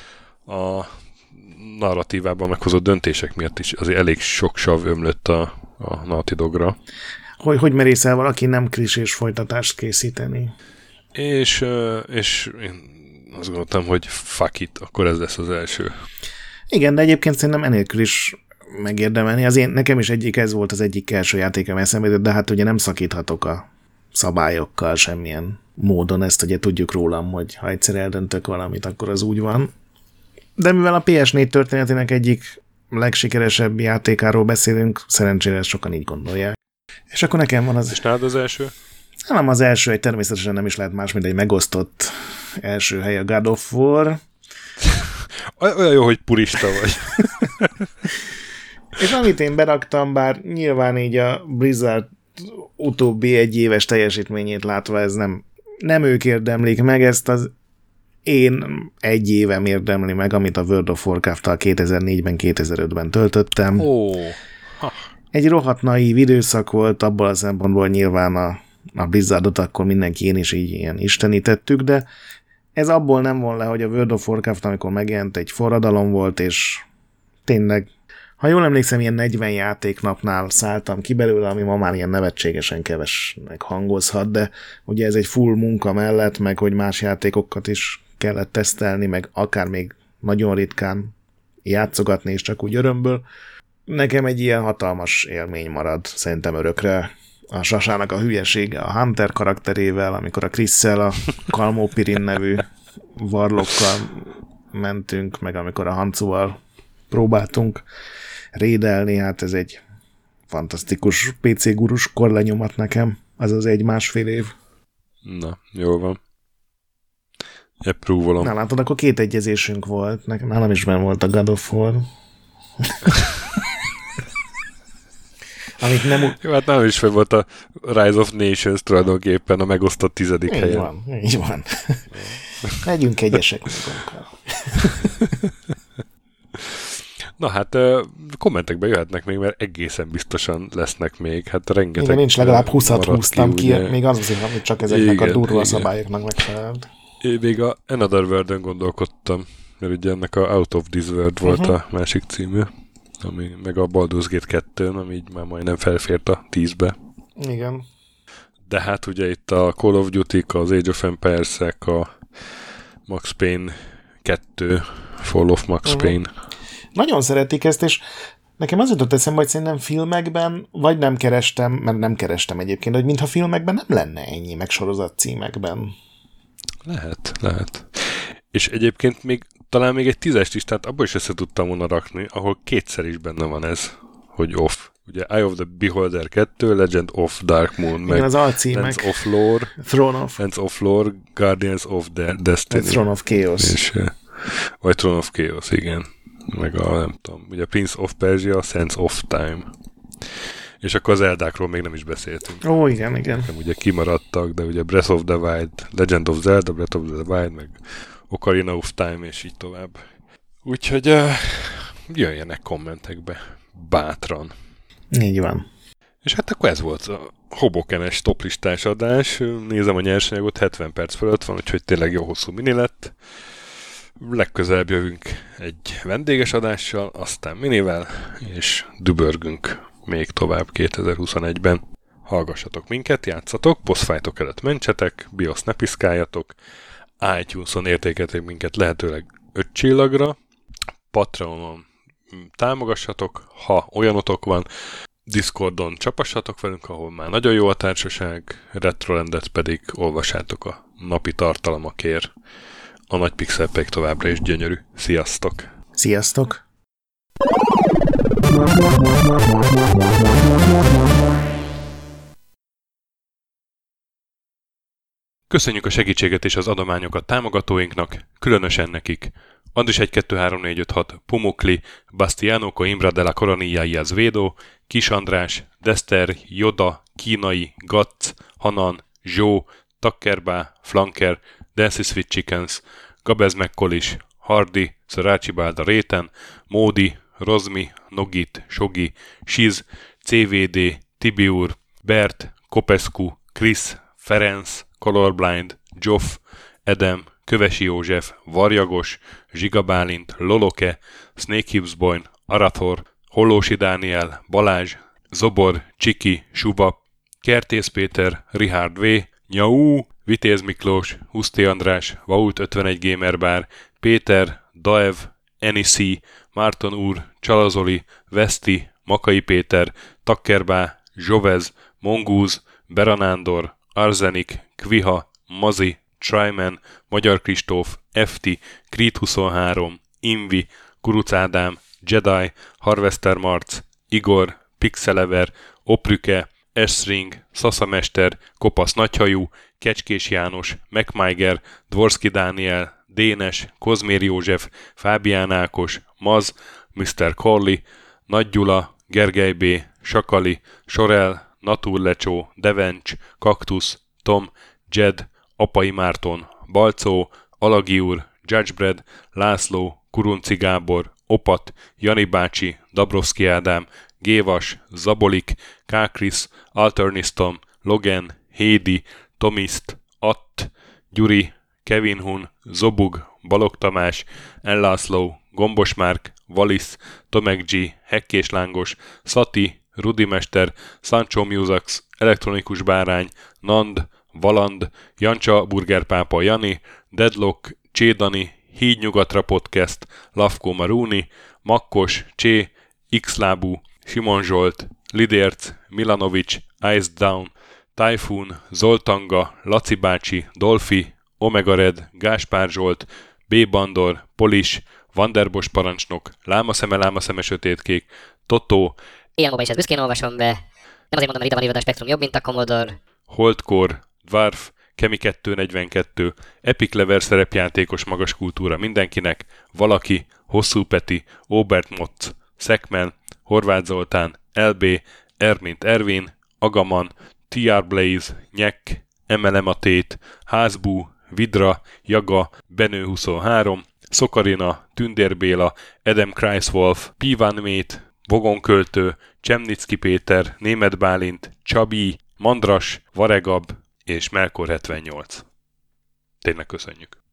narratívában meghozott döntések miatt is azért elég sok sav ömlött a Naughty Dogra. Hogy merészel valaki nem klisés folytatást készíteni? És én azt gondoltam, hogy fuck it, akkor ez lesz az első. Igen, de egyébként szerintem enélkül is megérdemelni. Nekem is ez volt az egyik első játékom eszembe, de hát ugye nem szakíthatok a szabályokkal semmilyen módon. Ezt ugye tudjuk rólam, hogy ha egyszer eldöntök valamit, akkor az úgy van. De mivel a PS4 történetének egyik legsikeresebb játékáról beszélünk, szerencsére ezt sokan így gondolják. És akkor nekem van az... És nálad az első? Nem az első, egy természetesen nem is lehet más, mint egy megosztott első hely a God of War. Olyan jó, hogy purista vagy. És amit én beraktam, bár nyilván így a Blizzard utóbbi egy éves teljesítményét látva, ez nem ők érdemlik meg, ezt az én egy évem érdemli meg, amit a World of Warcraft-tal 2004-ben, 2005-ben töltöttem. Egy rohadt naív időszak volt, abból a szempontból nyilván a Blizzardot akkor mindenki én is így ilyen istenítettük, de ez abból nem von le, hogy a World of Warcraft, amikor megjelent, egy forradalom volt, és tényleg, ha jól emlékszem, ilyen 40 játéknapnál szálltam ki belőle, ami ma már ilyen nevetségesen kevesnek hangozhat, de ugye ez egy full munka mellett, meg hogy más játékokat is kellett tesztelni, meg akár még nagyon ritkán játszogatni, és csak úgy örömből. Nekem egy ilyen hatalmas élmény marad, szerintem örökre. A Sasának a hülyesége a Hunter karakterével, amikor a Chrisszel, a Kalmó Pirin nevű varlokkal mentünk, meg amikor a Hancuval próbáltunk rédelni, hát ez egy fantasztikus PC gurus korlenyomat nekem, az 1-1,5 év. Na, jól van. Approve-olom. Na látod, akkor 2 egyezésünk volt, nálam is benn volt a God of War. Amit nem Jó, hát nálam is fel volt a Rise of Nations tulajdonképpen a megosztott 10. helyen. Így van. Legyünk egyesek magunkkal. Na hát, kommentekbe jöhetnek még, mert egészen biztosan lesznek még. Hát rengeteg. Igen, nincs legalább 20-at húztam ki, ugye. még az hiszem, hogy csak ezeknek a durva szabályoknak megfelelt. Én még a Another World-en gondolkodtam, mert ugye ennek a Out of This World volt a másik című, ami meg a Baldur's Gate 2-n, ami így már majdnem felfért a 10-be. Igen. De hát ugye itt a Call of Duty-k, az Age of Empires-ek, a Max Payne 2, Fall of Max Payne. Nagyon szeretik ezt, és nekem az jutott eszembe, hogy szerintem filmekben, vagy nem kerestem, mert nem kerestem egyébként, hogy mintha filmekben nem lenne ennyi, meg sorozat címekben. Lehet. És egyébként talán még egy 10-est is, tehát abból is össze tudtam volna rakni, ahol 2-szer is benne van ez, hogy off. Ugye Eye of the Beholder 2, Legend of Dark Moon, meg az alcímek. Lands of Lore, Lands of Lore, Guardians of Destiny. Throne of Chaos. Vagy Throne of Chaos, igen. meg a, nem tudom, ugye Prince of Persia, Sands of Time. És akkor az Zeldákról még nem is beszéltünk. Ó, igen. Nem ugye kimaradtak, de ugye Breath of the Wild, Legend of Zelda, Breath of the Wild, meg Ocarina of Time, és így tovább. Úgyhogy jöjjenek kommentekbe. Bátran. Így van. És hát akkor ez volt a Hoboken-es toplistás adás. Nézem a nyersanyagot, 70 perc fölött van, úgyhogy tényleg jó hosszú mini lett. Legközelebb jövünk egy vendéges adással, aztán minivel, és dübörgünk még tovább 2021-ben. Hallgassatok minket, játszatok, bossfightok előtt mentsetek, BIOS ne piszkáljatok, iTunes-on értékeltek minket lehetőleg 5 csillagra, Patreonon támogassatok, ha olyanotok van, Discordon csapassatok velünk, ahol már nagyon jó a társaság, Retrolandet pedig olvassátok a napi tartalmakért. A nagy pixel pedig továbbra is gyönyörű. Sziasztok! Sziasztok! Köszönjük a segítséget és az adományokat támogatóinknak, különösen nekik. Andris 1, 2, 3, 4, 5, 6, Pumukli, Bastiano Coimbra de la Coronilla y Azvedo, Kis András, Dester, Joda, Kínai, Gatz, Hanan, Zsó, Takkerbá, Flanker, Dancy Sweet Chickens, Gabez Mekkolis, Hardy, Szarácsi Bálda Réten, Módi, Rozmi, Nogit, Sogi, Siz, CVD, Tibiur, Bert, Kopescu, Krisz, Ferenc, Colorblind, Joff, Edem, Kövesi József, Varjagos, Zsiga Bálint, Loloke, Snake Hibsboyn, Arathor, Hollósi Dániel, Balázs, Zobor, Csiki, Suba, Kertész Péter, Richard V, Nyau, Vitéz Miklós, Huszti András, Vault 51 Gamer Bar, Péter, Daev, Enisi, Márton úr, Csalazoli, Veszti, Makai Péter, Takkerbá, Zsovez, Mongúz, Beranándor, Arzenik, Kviha, Mazi, Tryman, Magyar Kristóf, FT, Creed 23, Invi, Kuruc Ádám, Jedi, Harvester Marc, Igor, Pixelever, Oprüke, Esring, Szaszamester, Kopasz Nagyhajú, Kecskés János, MacMiger, Dvorski Dániel, Dénes, Kozmér József, Fábián Ákos, Maz, Mr. Corley, Nagy Gyula, Gergely B., Sakali, Sorel, Naturlecsó, Devencs, Kaktusz, Tom, Jed, Apai Márton, Balcó, Alagi úr, Judgebred, László, Kurunci Gábor, Opat, Jani bácsi, Dabrowski Ádám, Gévas, Zabolik, Kákris, Alternisztom, Logan, Hédi, Tomiszt, Att, Gyuri, Kevin Hun, Zobug, Balog Tamás, Enlászló, Gombos Márk, Valisz, Tomek G, Hekkés Lángos, Szati, Rudimester, Sancho Musax, Elektronikus Bárány, Nand, Valand, Jancsa Burgerpápa Jani, Deadlock, Csédani, Hídnyugatra Podcast, Lavko Maruni, Makkos, Csé, Xlábú, Simon Zsolt, Lidérc, Milanovic, Ice Down, Typhoon, Zoltanga, Laci bácsi, Dolfi, Omega Red, Gáspár Zsolt, B. Bandor, Polis, Vanderbos parancsnok, Lámaszeme sötétkék, Totó, Ilyen is ezt büszkén olvasom be. Nem azért mondom, mert itt van írva a Spektrum jobb, mint a Commodore. Holdcore, Dwarf, Kemi 242, Epic Lever szerepjátékos magas kultúra mindenkinek, Valaki, Hosszú Peti, Obert Motz, Szekmen, Horváth Zoltán, LB, Ermint Ervin, Agaman, TR Blaze, Nyek, MLM a Tét, Házbú, Vidra, Jaga, Benő 23, Szokarina, Tündér Béla, Adam Kreiswolf, Pivan Mét, Vogonköltő, Csemnicki Péter, Németh Bálint, Csabi, Mandras, Varegab és Melkor 78. Tényleg köszönjük!